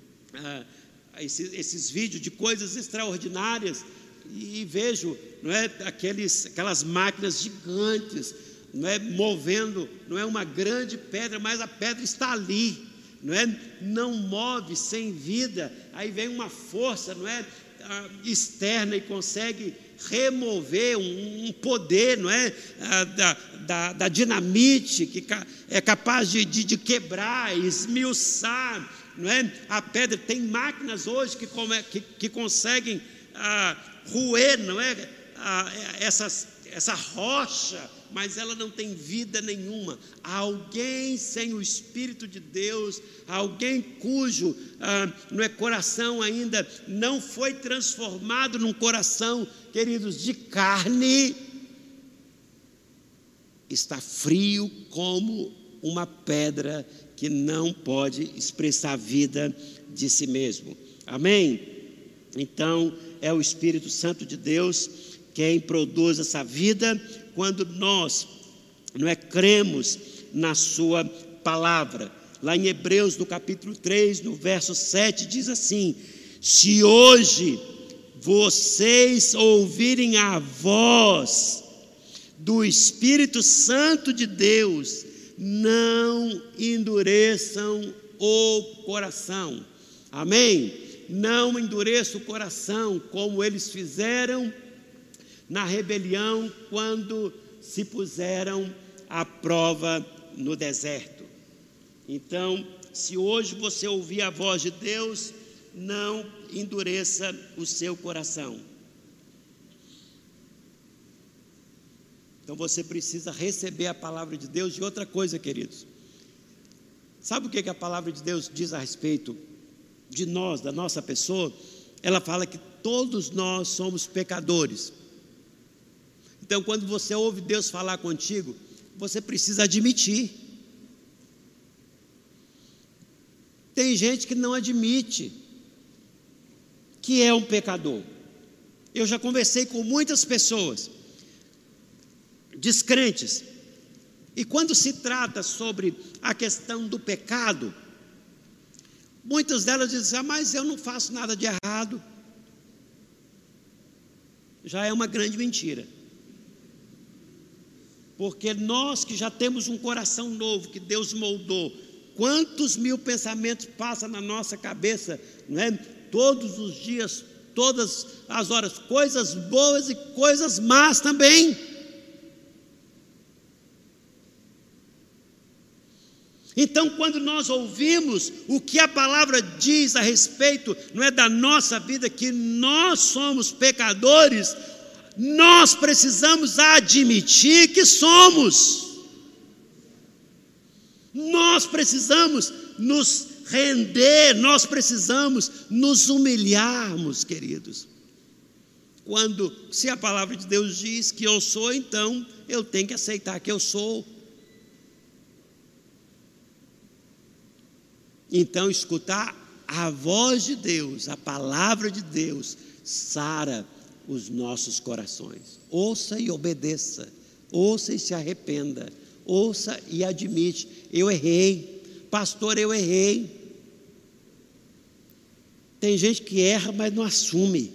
esses vídeos de coisas extraordinárias, e vejo, não é, aquelas máquinas gigantes, não é, movendo, não é, uma grande pedra, mas a pedra está ali, não é, não move, sem vida. Aí vem uma força, não é, externa e consegue remover um poder, não é? Da dinamite, que é capaz de quebrar, esmiuçar, não é? A pedra. Tem máquinas hoje que conseguem roer, não é? Essa rocha, mas ela não tem vida nenhuma. Alguém sem o Espírito de Deus, alguém cujo não é, coração ainda não foi transformado num coração, queridos, de carne, está frio como uma pedra que não pode expressar a vida de si mesmo. Amém? Então, é o Espírito Santo de Deus quem produz essa vida quando nós, não é, cremos na sua palavra. Lá em Hebreus, no capítulo 3, no verso 7, diz assim: se hoje vocês ouvirem a voz do Espírito Santo de Deus, não endureçam o coração. Amém? Não endureça o coração como eles fizeram na rebelião, quando se puseram à prova no deserto. Então, se hoje você ouvir a voz de Deus, não endureça o seu coração. Então você precisa receber a palavra de Deus. E outra coisa, queridos, sabe o que a palavra de Deus diz a respeito de nós, da nossa pessoa? Ela fala que todos nós somos pecadores. Então, quando você ouve Deus falar contigo, você precisa admitir. Tem gente que não admite que é um pecador. Eu já conversei com muitas pessoas descrentes, e quando se trata sobre a questão do pecado, muitas delas dizem: mas eu não faço nada de errado. Já é uma grande mentira. Porque nós que já temos um coração novo, que Deus moldou, quantos mil pensamentos passam na nossa cabeça, não é? Todos os dias, todas as horas, coisas boas e coisas más também. Então, quando nós ouvimos o que a palavra diz a respeito, não é, da nossa vida, que nós somos pecadores, nós precisamos admitir que somos. Nós precisamos nos render, nós precisamos nos humilharmos, queridos. Se a palavra de Deus diz que eu sou, então eu tenho que aceitar que eu sou. Então, escutar a voz de Deus, a palavra de Deus, sara os nossos corações. Ouça e obedeça, ouça e se arrependa, ouça e admite: eu errei, pastor, eu errei. Tem gente que erra, mas não assume.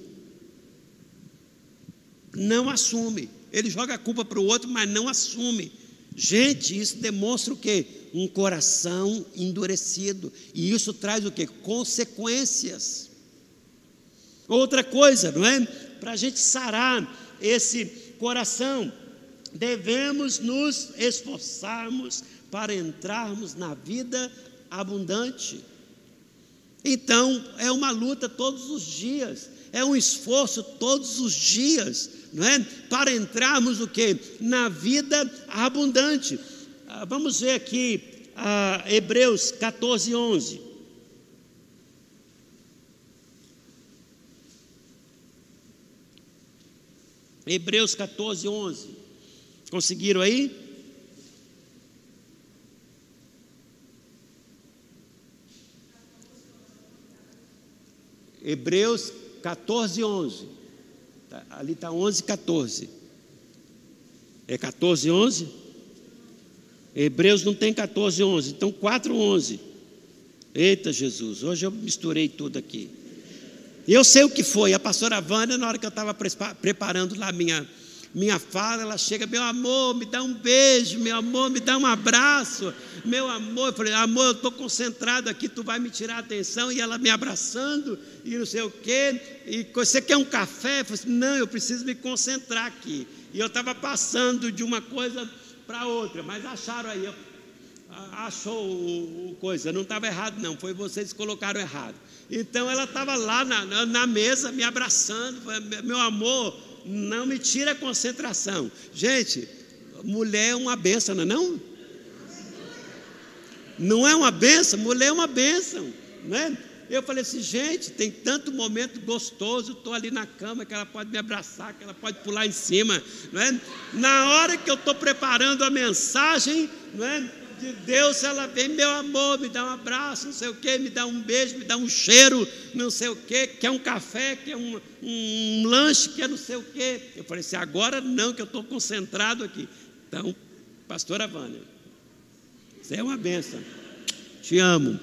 Não assume. Ele joga a culpa para o outro, mas não assume. Gente, isso demonstra o quê? Um coração endurecido. E isso traz o quê? Consequências. Outra coisa, não é? Para a gente sarar esse coração, devemos nos esforçarmos para entrarmos na vida abundante. Então, é uma luta todos os dias, é um esforço todos os dias, não é? Para entrarmos o quê? Na vida abundante. Vamos ver aqui Hebreus 14, 11. Hebreus 14, 11. Conseguiram aí? Hebreus 14, 11. Ali está 11, 14. É 14, 11? Hebreus não tem 14, 11. Então 4, 11. Eita Jesus, hoje eu misturei tudo aqui. E eu sei o que foi. A pastora Vânia, na hora que eu estava preparando lá minha fala, ela chega: meu amor, me dá um beijo, meu amor, me dá um abraço, meu amor. Eu falei: amor, eu estou concentrado aqui, tu vai me tirar a atenção. E ela me abraçando e não sei o quê. E você quer um café? Eu falei assim: não, eu preciso me concentrar aqui. E eu estava passando de uma coisa para outra, mas acharam aí, achou o coisa, não estava errado não, foi vocês que colocaram errado. Então ela estava lá na mesa me abraçando: meu amor, não me tira a concentração. Gente, mulher é uma bênção, não é não? Não é uma bênção? Mulher é uma bênção, não é? Eu falei assim: gente, tem tanto momento gostoso, estou ali na cama, que ela pode me abraçar, que ela pode pular em cima, não é? Na hora que eu estou preparando a mensagem, não é, de Deus, ela vem: meu amor, me dá um abraço, não sei o que, me dá um beijo, me dá um cheiro, não sei o que, quer um café, quer um lanche, quer não sei o que. Eu falei assim: agora não, que eu estou concentrado aqui. Então, pastora Vânia, você é uma bênção, te amo.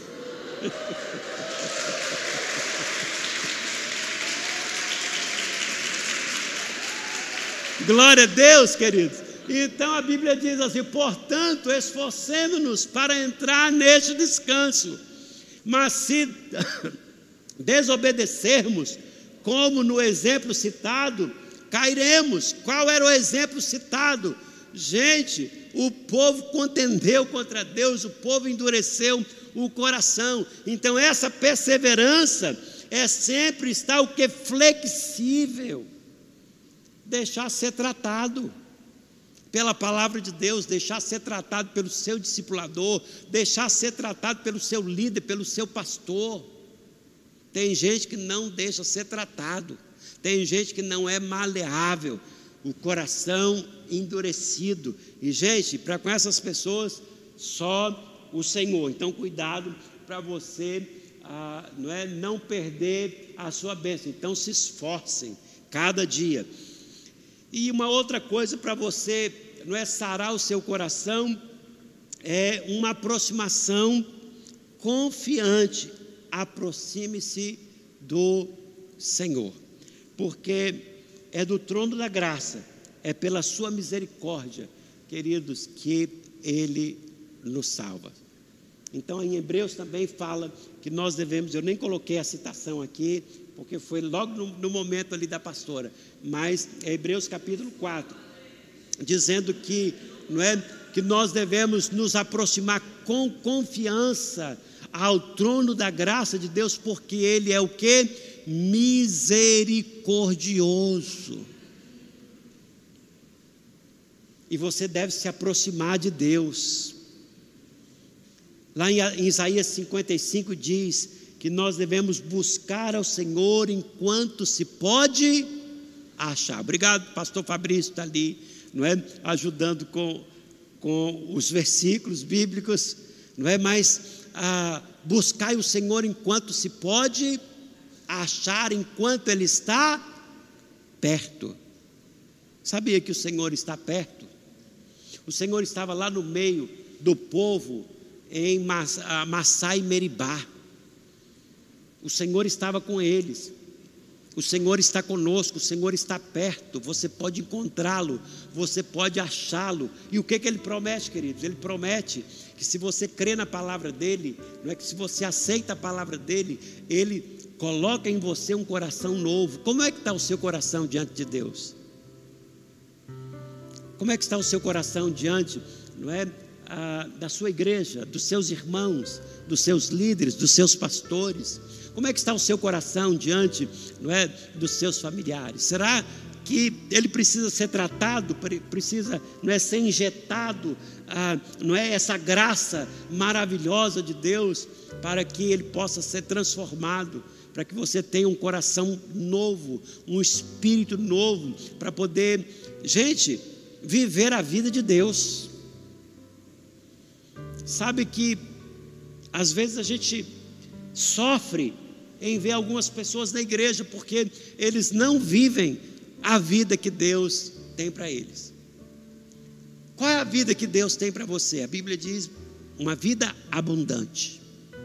Glória a Deus, queridos. Então a Bíblia diz assim: portanto, esforcemo-nos para entrar neste descanso. Mas se desobedecermos, como no exemplo citado, cairemos. Qual era o exemplo citado? Gente, o povo contendeu contra Deus, o povo endureceu o coração. Então essa perseverança é sempre estar o que? Flexível. Deixar ser tratado pela palavra de Deus, deixar ser tratado pelo seu discipulador, deixar ser tratado pelo seu líder, pelo seu pastor. Tem gente que não deixa ser tratado, tem gente que não é maleável, o coração endurecido. E gente, para com essas pessoas, só o Senhor. Então cuidado para você não perder a sua bênção. Então se esforcem cada dia. E uma outra coisa para você, não é, sarar o seu coração, é uma aproximação confiante. Aproxime-se do Senhor, porque é do trono da graça, é pela sua misericórdia, queridos, que Ele nos salva. Então em Hebreus também fala que nós devemos, eu nem coloquei a citação aqui, porque foi logo no momento ali da pastora, mas é Hebreus capítulo 4, dizendo que, não é, que nós devemos nos aproximar com confiança ao trono da graça de Deus, porque Ele é o que? Misericordioso. E você deve se aproximar de Deus. Lá em Isaías 55 diz que nós devemos buscar ao Senhor enquanto se pode achar. Obrigado, pastor Fabrício está ali, não é, ajudando com os versículos bíblicos, não é? Mas buscai o Senhor enquanto se pode achar, enquanto Ele está perto. Sabia que o Senhor está perto? O Senhor estava lá no meio do povo em Massá e Meribá. O Senhor estava com eles, o Senhor está conosco, o Senhor está perto, você pode encontrá-lo, você pode achá-lo. E o que Ele promete, queridos? Ele promete que se você crê na palavra dEle, não é, que se você aceita a palavra dEle, Ele coloca em você um coração novo. Como é que está o seu coração diante de Deus? Como é que está o seu coração diante, não é, da sua igreja, dos seus irmãos, dos seus líderes, dos seus pastores? Como é que está o seu coração diante, não é, dos seus familiares? Será que ele precisa ser tratado, precisa, não é, ser injetado, não é, essa graça maravilhosa de Deus, para que ele possa ser transformado, para que você tenha um coração novo, um espírito novo, para poder, gente, viver a vida de Deus? Sabe que às vezes a gente sofre em ver algumas pessoas na igreja porque eles não vivem a vida que Deus tem para eles. Qual é a vida que Deus tem para você? A Bíblia diz uma vida abundante.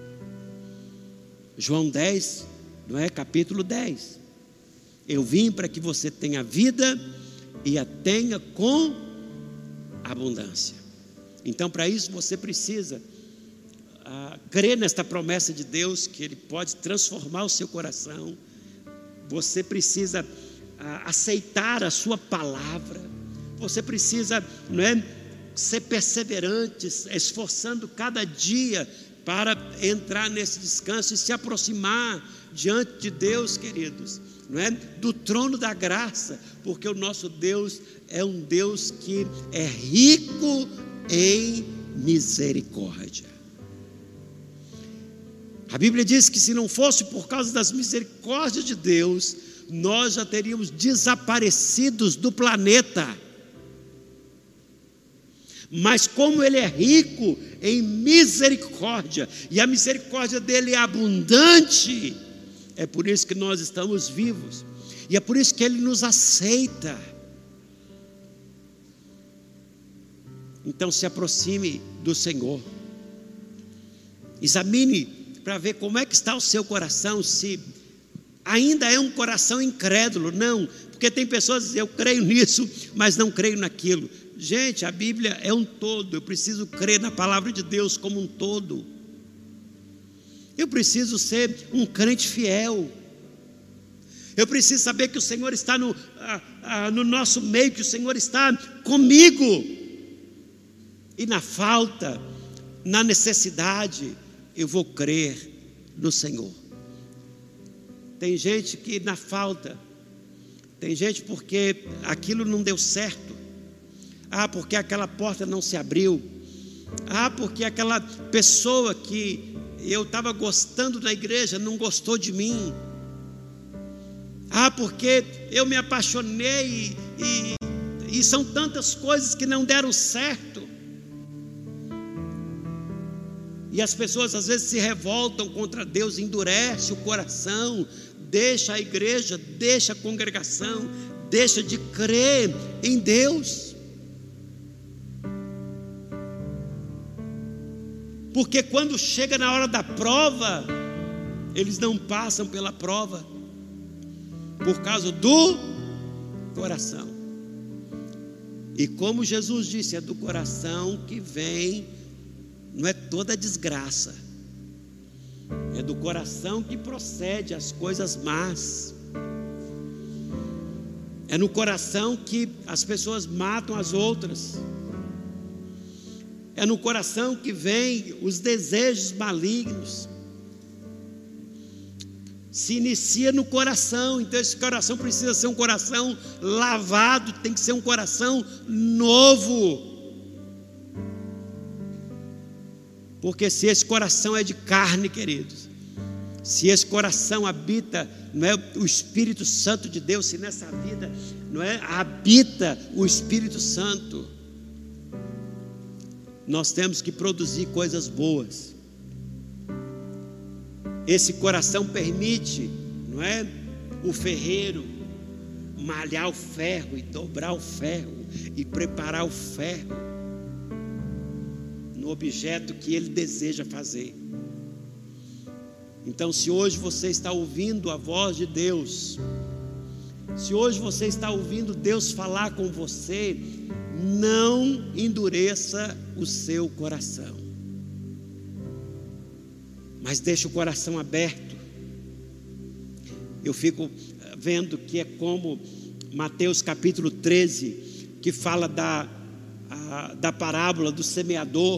João 10, não é? Capítulo 10. Eu vim para que você tenha vida e a tenha com abundância. Então, para isso você precisa crer nesta promessa de Deus, que Ele pode transformar o seu coração. Você precisa aceitar a sua palavra. Você precisa, não é, ser perseverante, esforçando cada dia para entrar nesse descanso e se aproximar diante de Deus, queridos, não é, do trono da graça, porque o nosso Deus é um Deus que é rico em misericórdia. A Bíblia diz que se não fosse por causa das misericórdias de Deus, nós já teríamos desaparecidos do planeta. Mas como Ele é rico em misericórdia, e a misericórdia dEle é abundante, é por isso que nós estamos vivos, e é por isso que Ele nos aceita. Então se aproxime do Senhor, examine para ver como é que está o seu coração, se ainda é um coração incrédulo. Não, porque tem pessoas que dizem, eu creio nisso, mas não creio naquilo. Gente, a Bíblia é um todo, eu preciso crer na palavra de Deus como um todo. Eu preciso ser um crente fiel. Eu preciso saber que o Senhor está no nosso meio, que o Senhor está comigo. E na falta, na necessidade, eu vou crer no Senhor. Tem gente que na falta, tem gente porque aquilo não deu certo. Porque aquela porta não se abriu. Porque aquela pessoa que eu estava gostando na igreja não gostou de mim. Porque eu me apaixonei e são tantas coisas que não deram certo. E as pessoas às vezes se revoltam contra Deus, endurece o coração, deixa a igreja, deixa a congregação, deixa de crer em Deus. Porque quando chega na hora da prova, eles não passam pela prova, por causa do coração. E como Jesus disse, é do coração que vem, não é toda desgraça, é do coração que procede as coisas más. É no coração que as pessoas matam as outras. É no coração que vem os desejos malignos. Se inicia no coração. Então esse coração precisa ser um coração lavado, tem que ser um coração novo. Porque se esse coração é de carne, queridos, se esse coração habita, não é, o Espírito Santo de Deus, se nessa vida, não é, habita o Espírito Santo, nós temos que produzir coisas boas. Esse coração permite, não é, o ferreiro malhar o ferro e dobrar o ferro e preparar o ferro no objeto que ele deseja fazer. Então, se hoje você está ouvindo a voz de Deus, se hoje você está ouvindo Deus falar com você, não endureça o seu coração, mas deixe o coração aberto. Eu fico vendo que é como Mateus capítulo 13, que fala da parábola do semeador,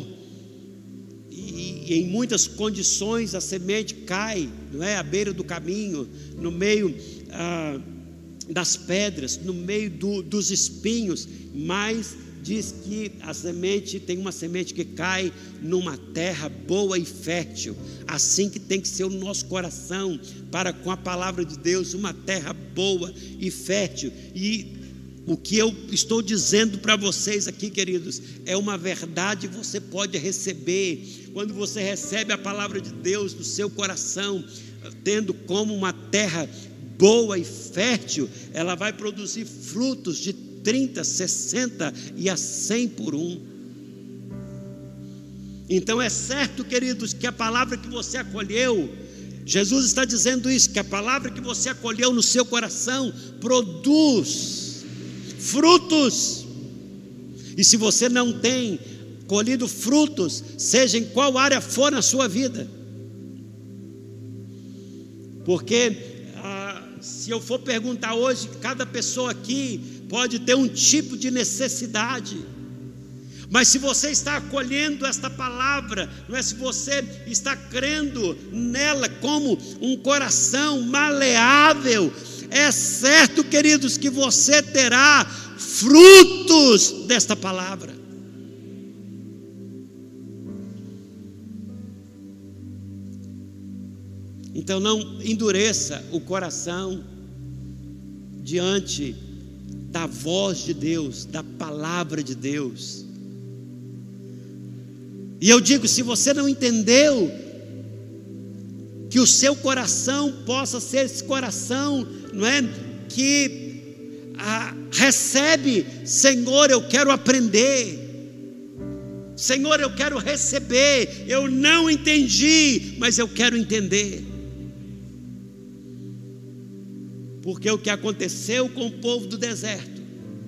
e em muitas condições a semente cai, não é, à beira do caminho, no meio das pedras, no meio dos espinhos, mas diz que a semente, tem uma semente que cai numa terra boa e fértil. Assim que tem que ser o nosso coração para com a palavra de Deus, uma terra boa e fértil. E o que eu estou dizendo para vocês aqui, queridos, é uma verdade. Você pode receber. Quando você recebe a palavra de Deus no seu coração, tendo como uma terra boa e fértil, ela vai produzir frutos de 30, 60 e a 100 por um. Então é certo, queridos, que a palavra que você acolheu, Jesus está dizendo isso, que a palavra que você acolheu no seu coração produz frutos. E se você não tem colhido frutos, seja em qual área for na sua vida, porque se eu for perguntar hoje, cada pessoa aqui pode ter um tipo de necessidade, mas se você está acolhendo esta palavra, não é? Se você está crendo nela como um coração maleável, é certo, queridos, que você terá frutos desta palavra. Então não endureça o coração diante da voz de Deus, da palavra de Deus. E eu digo, se você não entendeu que o seu coração possa ser esse coração, não é, que recebe, Senhor, eu quero aprender, Senhor, eu quero receber, eu não entendi, mas eu quero entender. Porque o que aconteceu com o povo do deserto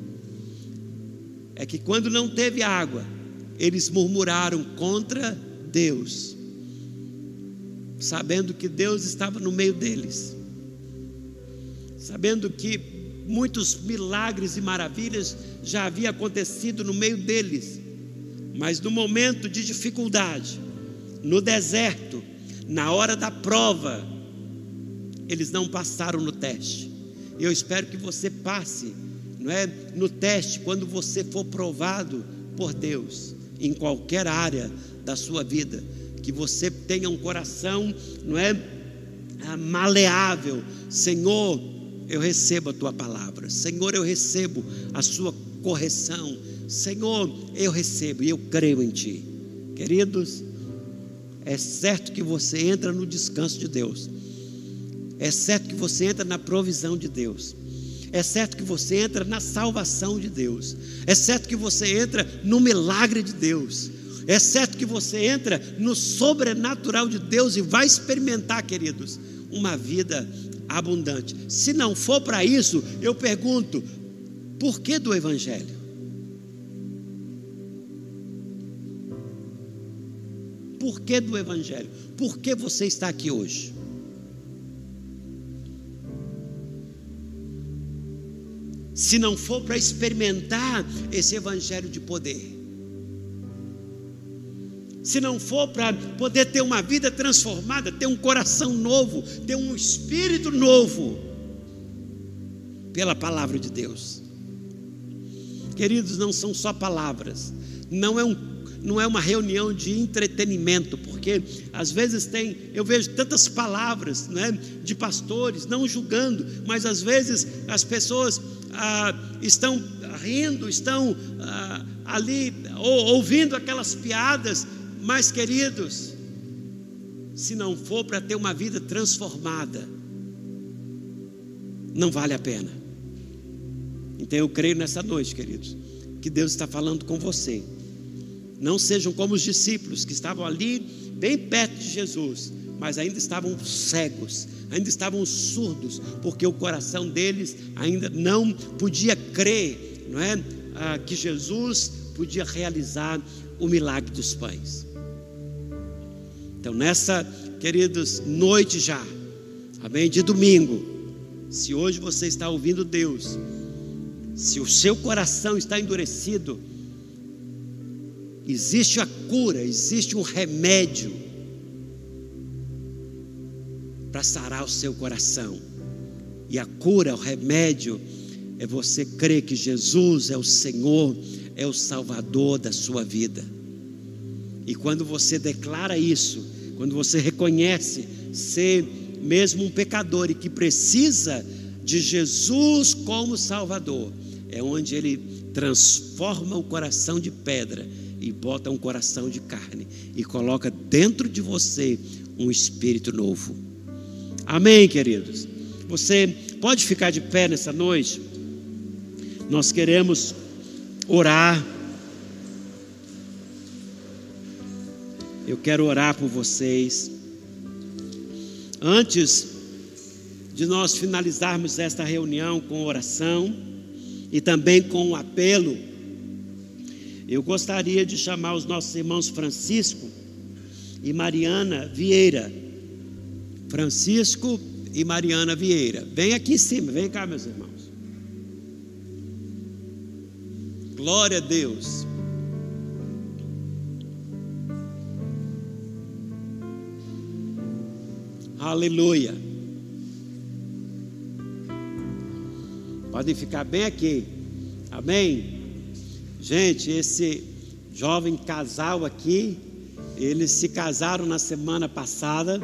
é que quando não teve água, eles murmuraram contra Deus, sabendo que Deus estava no meio deles, sabendo que muitos milagres e maravilhas já haviam acontecido no meio deles, mas no momento de dificuldade, no deserto, na hora da prova, eles não passaram no teste. Eu espero que você passe, não é, no teste quando você for provado por Deus, em qualquer área da sua vida, que você tenha um coração, não é, maleável. Senhor, eu recebo a tua palavra, Senhor, eu recebo a sua correção, Senhor, eu recebo e eu creio em ti. Queridos, é certo que você entra no descanso de Deus, é certo que você entra na provisão de Deus, é certo que você entra na salvação de Deus, é certo que você entra no milagre de Deus, é certo que você entra no sobrenatural de Deus e vai experimentar, queridos, uma vida abundante. Se não for para isso, eu pergunto, por que do Evangelho? Por que do Evangelho? Por que você está aqui hoje? Se não for para experimentar esse Evangelho de poder, se não for para poder ter uma vida transformada, ter um coração novo, ter um espírito novo, pela palavra de Deus. Queridos, não são só palavras, não é uma reunião de entretenimento, porque às vezes eu vejo tantas palavras, né, de pastores, não julgando, mas às vezes as pessoas estão rindo, estão ali ouvindo aquelas piadas, mas queridos, se não for para ter uma vida transformada, não vale a pena. Então eu creio nessa noite, queridos, que Deus está falando com você. Não sejam como os discípulos que estavam ali bem perto de Jesus, mas ainda estavam cegos, ainda estavam surdos, porque o coração deles ainda não podia crer, não é? Que Jesus podia realizar o milagre dos pães. Então nessa, queridos, noite já, amém, de domingo, se hoje você está ouvindo Deus, se o seu coração está endurecido, existe a cura, existe um remédio para sarar o seu coração. E a cura, o remédio, é você crer que Jesus é o Senhor, é o Salvador da sua vida. E quando você declara isso, quando você reconhece ser mesmo um pecador e que precisa de Jesus como Salvador, é onde Ele transforma o coração de pedra e bota um coração de carne e coloca dentro de você um espírito novo. Amém, queridos? Você pode ficar de pé nessa noite? Nós queremos orar. Eu quero orar por vocês. Antes de nós finalizarmos esta reunião com oração, e também com um apelo, eu gostaria de chamar os nossos irmãos Francisco e Mariana Vieira. Francisco e Mariana Vieira. Vem aqui em cima, vem cá, meus irmãos. Glória a Deus. Aleluia. Podem ficar bem aqui. Amém? Gente, esse jovem casal aqui, eles se casaram na semana passada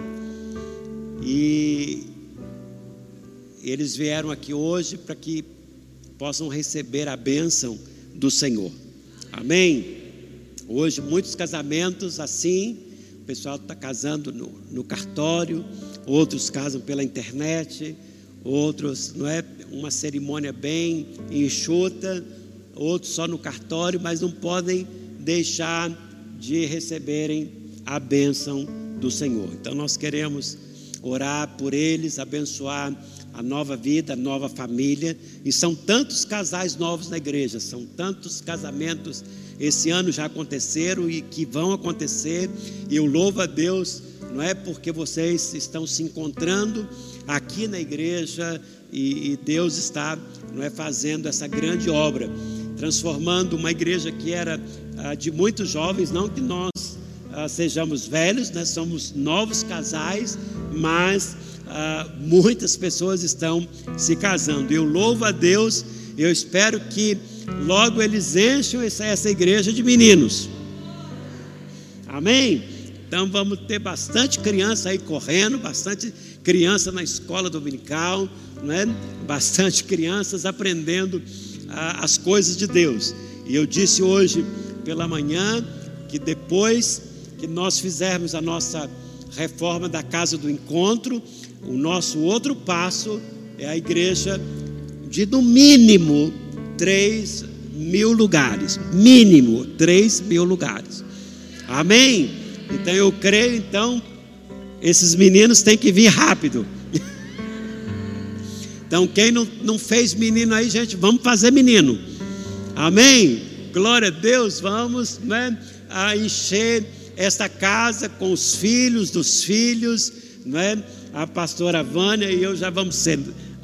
e eles vieram aqui hoje para que possam receber a bênção do Senhor. Amém? Hoje muitos casamentos assim, o pessoal está casando no cartório, outros casam pela internet, outros, não é, uma cerimônia bem enxuta, outros só no cartório, mas não podem deixar de receberem a bênção do Senhor. Então nós queremos orar por eles, abençoar a nova vida, a nova família. E são tantos casais novos na igreja, são tantos casamentos esse ano já aconteceram e que vão acontecer. E eu louvo a Deus, não é, porque vocês estão se encontrando aqui na igreja e Deus está, não é, fazendo essa grande obra, transformando uma igreja que era de muitos jovens. Não que nós sejamos velhos, né? Somos novos casais, mas muitas pessoas estão se casando. Eu louvo a Deus. Eu espero que logo eles encham essa igreja de meninos. Amém? Então vamos ter bastante criança aí correndo, bastante criança na escola dominical, né? Bastante crianças aprendendo as coisas de Deus. E eu disse hoje pela manhã que depois que nós fizermos a nossa reforma da Casa do Encontro, o nosso outro passo é a igreja de no mínimo 3.000 lugares. Mínimo 3.000 lugares. Amém? Então eu creio, então esses meninos têm que vir rápido. Então quem não fez menino aí, gente, vamos fazer menino. Amém? Glória a Deus. Vamos, né, a encher esta casa com os filhos dos filhos, né? A pastora Vânia e eu já vamos ser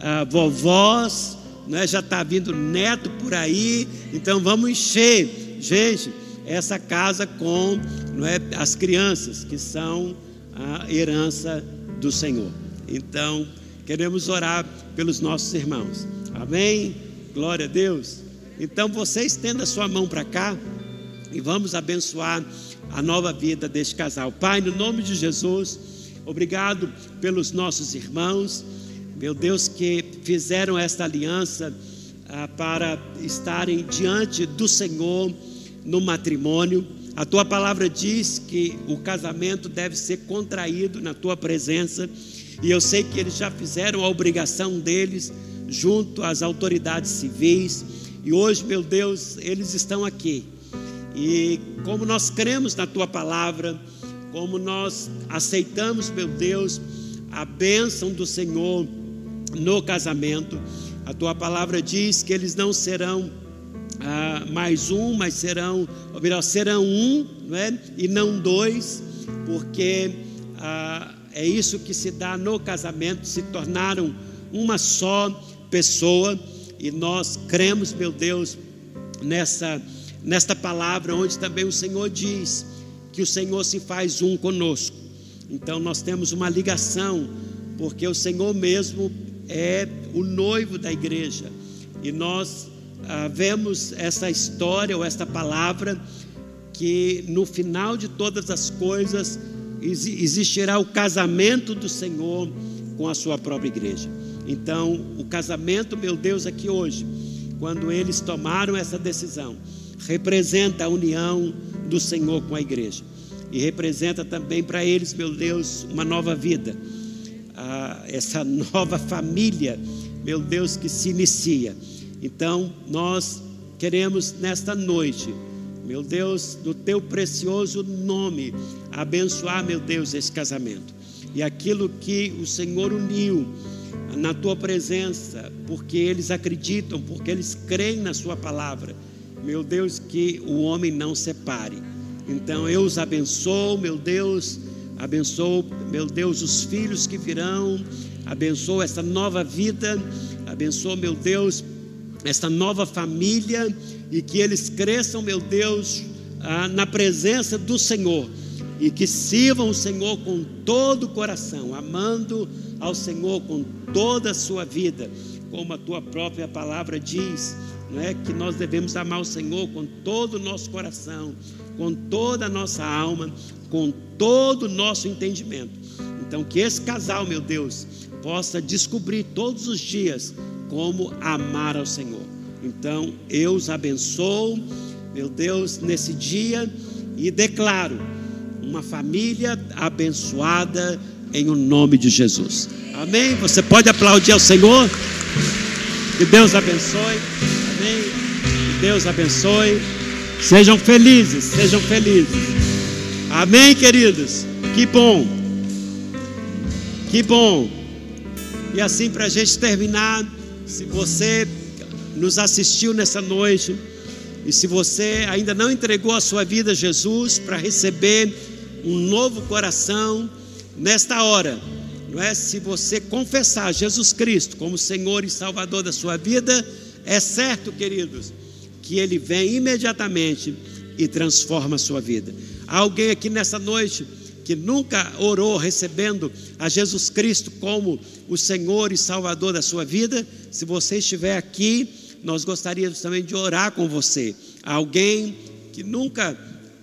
vovós, né? Já está vindo neto por aí. Então vamos encher, gente, essa casa com, não é, as crianças que são a herança do Senhor. Então queremos orar pelos nossos irmãos. Amém? Glória a Deus. Então você estenda a sua mão para cá e vamos abençoar a nova vida deste casal. Pai, no nome de Jesus, obrigado pelos nossos irmãos, meu Deus, que fizeram esta aliança para estarem diante do Senhor no matrimônio. A tua palavra diz que o casamento deve ser contraído na tua presença, e eu sei que eles já fizeram a obrigação deles junto às autoridades civis, e hoje, meu Deus, eles estão aqui. E como nós cremos na tua palavra, como nós aceitamos, meu Deus, a bênção do Senhor no casamento, a tua palavra diz que eles não serão mais um, mas serão, ou melhor, serão um, não é? E não dois, porque é isso que se dá no casamento, se tornaram uma só pessoa. E nós cremos, meu Deus, nesta palavra, onde também o Senhor diz que o Senhor se faz um conosco. Então nós temos uma ligação, porque o Senhor mesmo é o noivo da igreja. E nós vemos essa história, ou esta palavra, que no final de todas as coisas existirá o casamento do Senhor com a sua própria igreja. Então o casamento, meu Deus, aqui hoje, quando eles tomaram essa decisão, representa a união do Senhor com a igreja, e representa também para eles, meu Deus, uma nova vida, essa nova família, meu Deus, que se inicia. Então nós queremos nesta noite, meu Deus, do teu precioso nome, abençoar, meu Deus, esse casamento, e aquilo que o Senhor uniu, na tua presença, porque eles acreditam, porque eles creem na sua palavra. Meu Deus, que o homem não separe. Então eu os abençoo, meu Deus, abençoo, meu Deus, os filhos que virão, abençoo essa nova vida, abençoo, meu Deus, esta nova família, e que eles cresçam, meu Deus, na presença do Senhor, e que sirvam o Senhor com todo o coração, amando ao Senhor com toda a sua vida, como a tua própria palavra diz, não é? Que nós devemos amar o Senhor com todo o nosso coração, com toda a nossa alma, com todo o nosso entendimento. Então que esse casal, meu Deus, possa descobrir todos os dias como amar ao Senhor. Então eu os abençoo, meu Deus, nesse dia, e declaro uma família abençoada em o nome de Jesus. Amém? Você pode aplaudir ao Senhor? Que Deus abençoe. Amém? Que Deus abençoe. Sejam felizes, sejam felizes. Amém, queridos? Que bom. Que bom. E assim, para a gente terminar, se você nos assistiu nessa noite, e se você ainda não entregou a sua vida a Jesus para receber um novo coração, nesta hora, não é? Se você confessar Jesus Cristo como Senhor e Salvador da sua vida, é certo, queridos, que Ele vem imediatamente e transforma a sua vida. Há alguém aqui nessa noite que nunca orou recebendo a Jesus Cristo como o Senhor e Salvador da sua vida? Se você estiver aqui, nós gostaríamos também de orar com você. Há alguém que nunca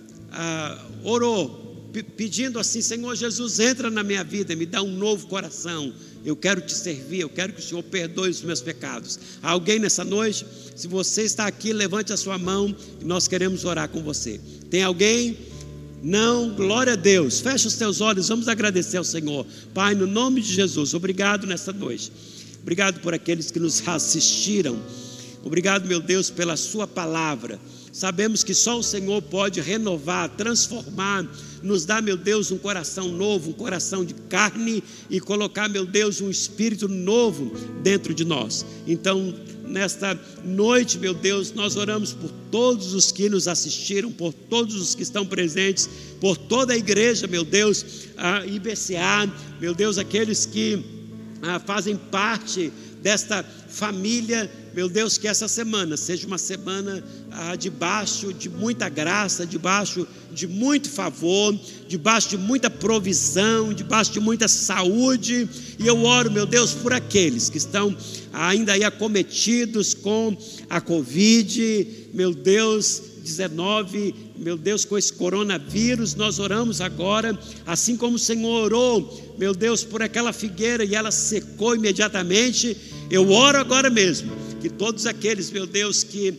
orou, pedindo assim: Senhor Jesus, entra na minha vida, me dá um novo coração, eu quero te servir, eu quero que o Senhor perdoe os meus pecados. Há alguém nessa noite? Se você está aqui, levante a sua mão e nós queremos orar com você. Tem alguém? Não? Glória a Deus. Feche os teus olhos, vamos agradecer ao Senhor. Pai, no nome de Jesus, obrigado nessa noite, obrigado por aqueles que nos assistiram, obrigado, meu Deus, pela sua palavra. Sabemos que só o Senhor pode renovar, transformar, nos dar, meu Deus, um coração novo, um coração de carne, e colocar, meu Deus, um espírito novo dentro de nós. Então, nesta noite, meu Deus, nós oramos por todos os que nos assistiram, por todos os que estão presentes, por toda a igreja, meu Deus, a IBCA, meu Deus, aqueles que fazem parte desta família. Meu Deus, que essa semana seja uma semana debaixo de muita graça, debaixo de muito favor, debaixo de muita provisão, debaixo de muita saúde. E eu oro, meu Deus, por aqueles que estão ainda aí acometidos com a Covid, meu Deus, 19, meu Deus, com esse coronavírus. Nós oramos agora, assim como o Senhor orou, meu Deus, por aquela figueira e ela secou imediatamente. Eu oro agora mesmo que todos aqueles, meu Deus, que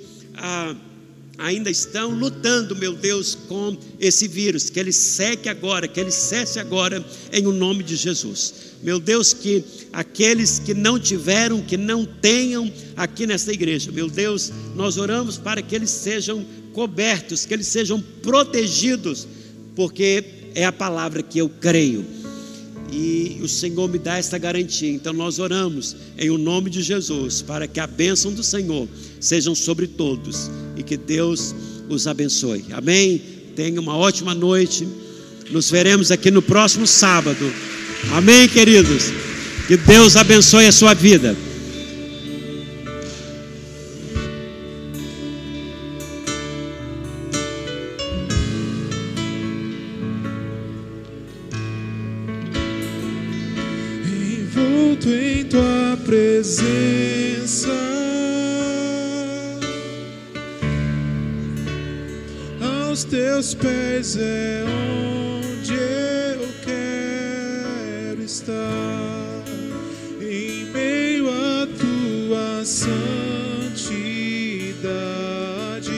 ainda estão lutando, meu Deus, com esse vírus, que ele seque agora, que ele cesse agora, em o nome de Jesus. Meu Deus, que aqueles que não tiveram, que não tenham aqui nessa igreja, meu Deus, nós oramos para que eles sejam cobertos, que eles sejam protegidos, porque é a palavra que eu creio, e o Senhor me dá essa garantia. Então nós oramos em o nome de Jesus, para que a bênção do Senhor sejam sobre todos, e que Deus os abençoe. Amém? Tenha uma ótima noite. Nos veremos aqui no próximo sábado. Amém, queridos? Que Deus abençoe a sua vida.
Envolto em tua presença, aos teus pés é onde eu quero estar, em meio à tua santidade.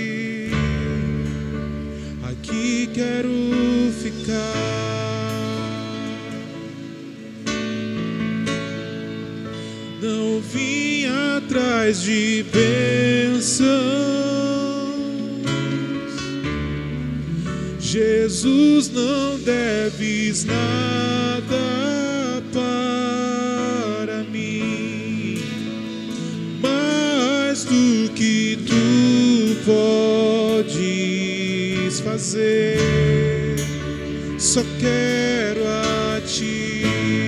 Aqui quero ficar. Não vim atrás de bênçãos, Jesus, não deves nada para podes fazer, só quero a ti.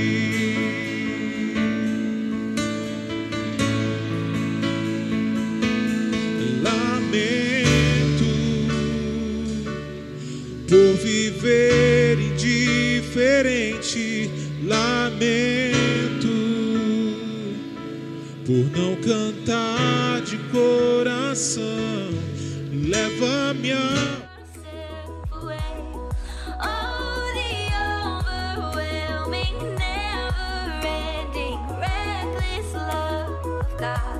Lamento por viver indiferente, lamento por não cantar de coração. Leva-me a
God.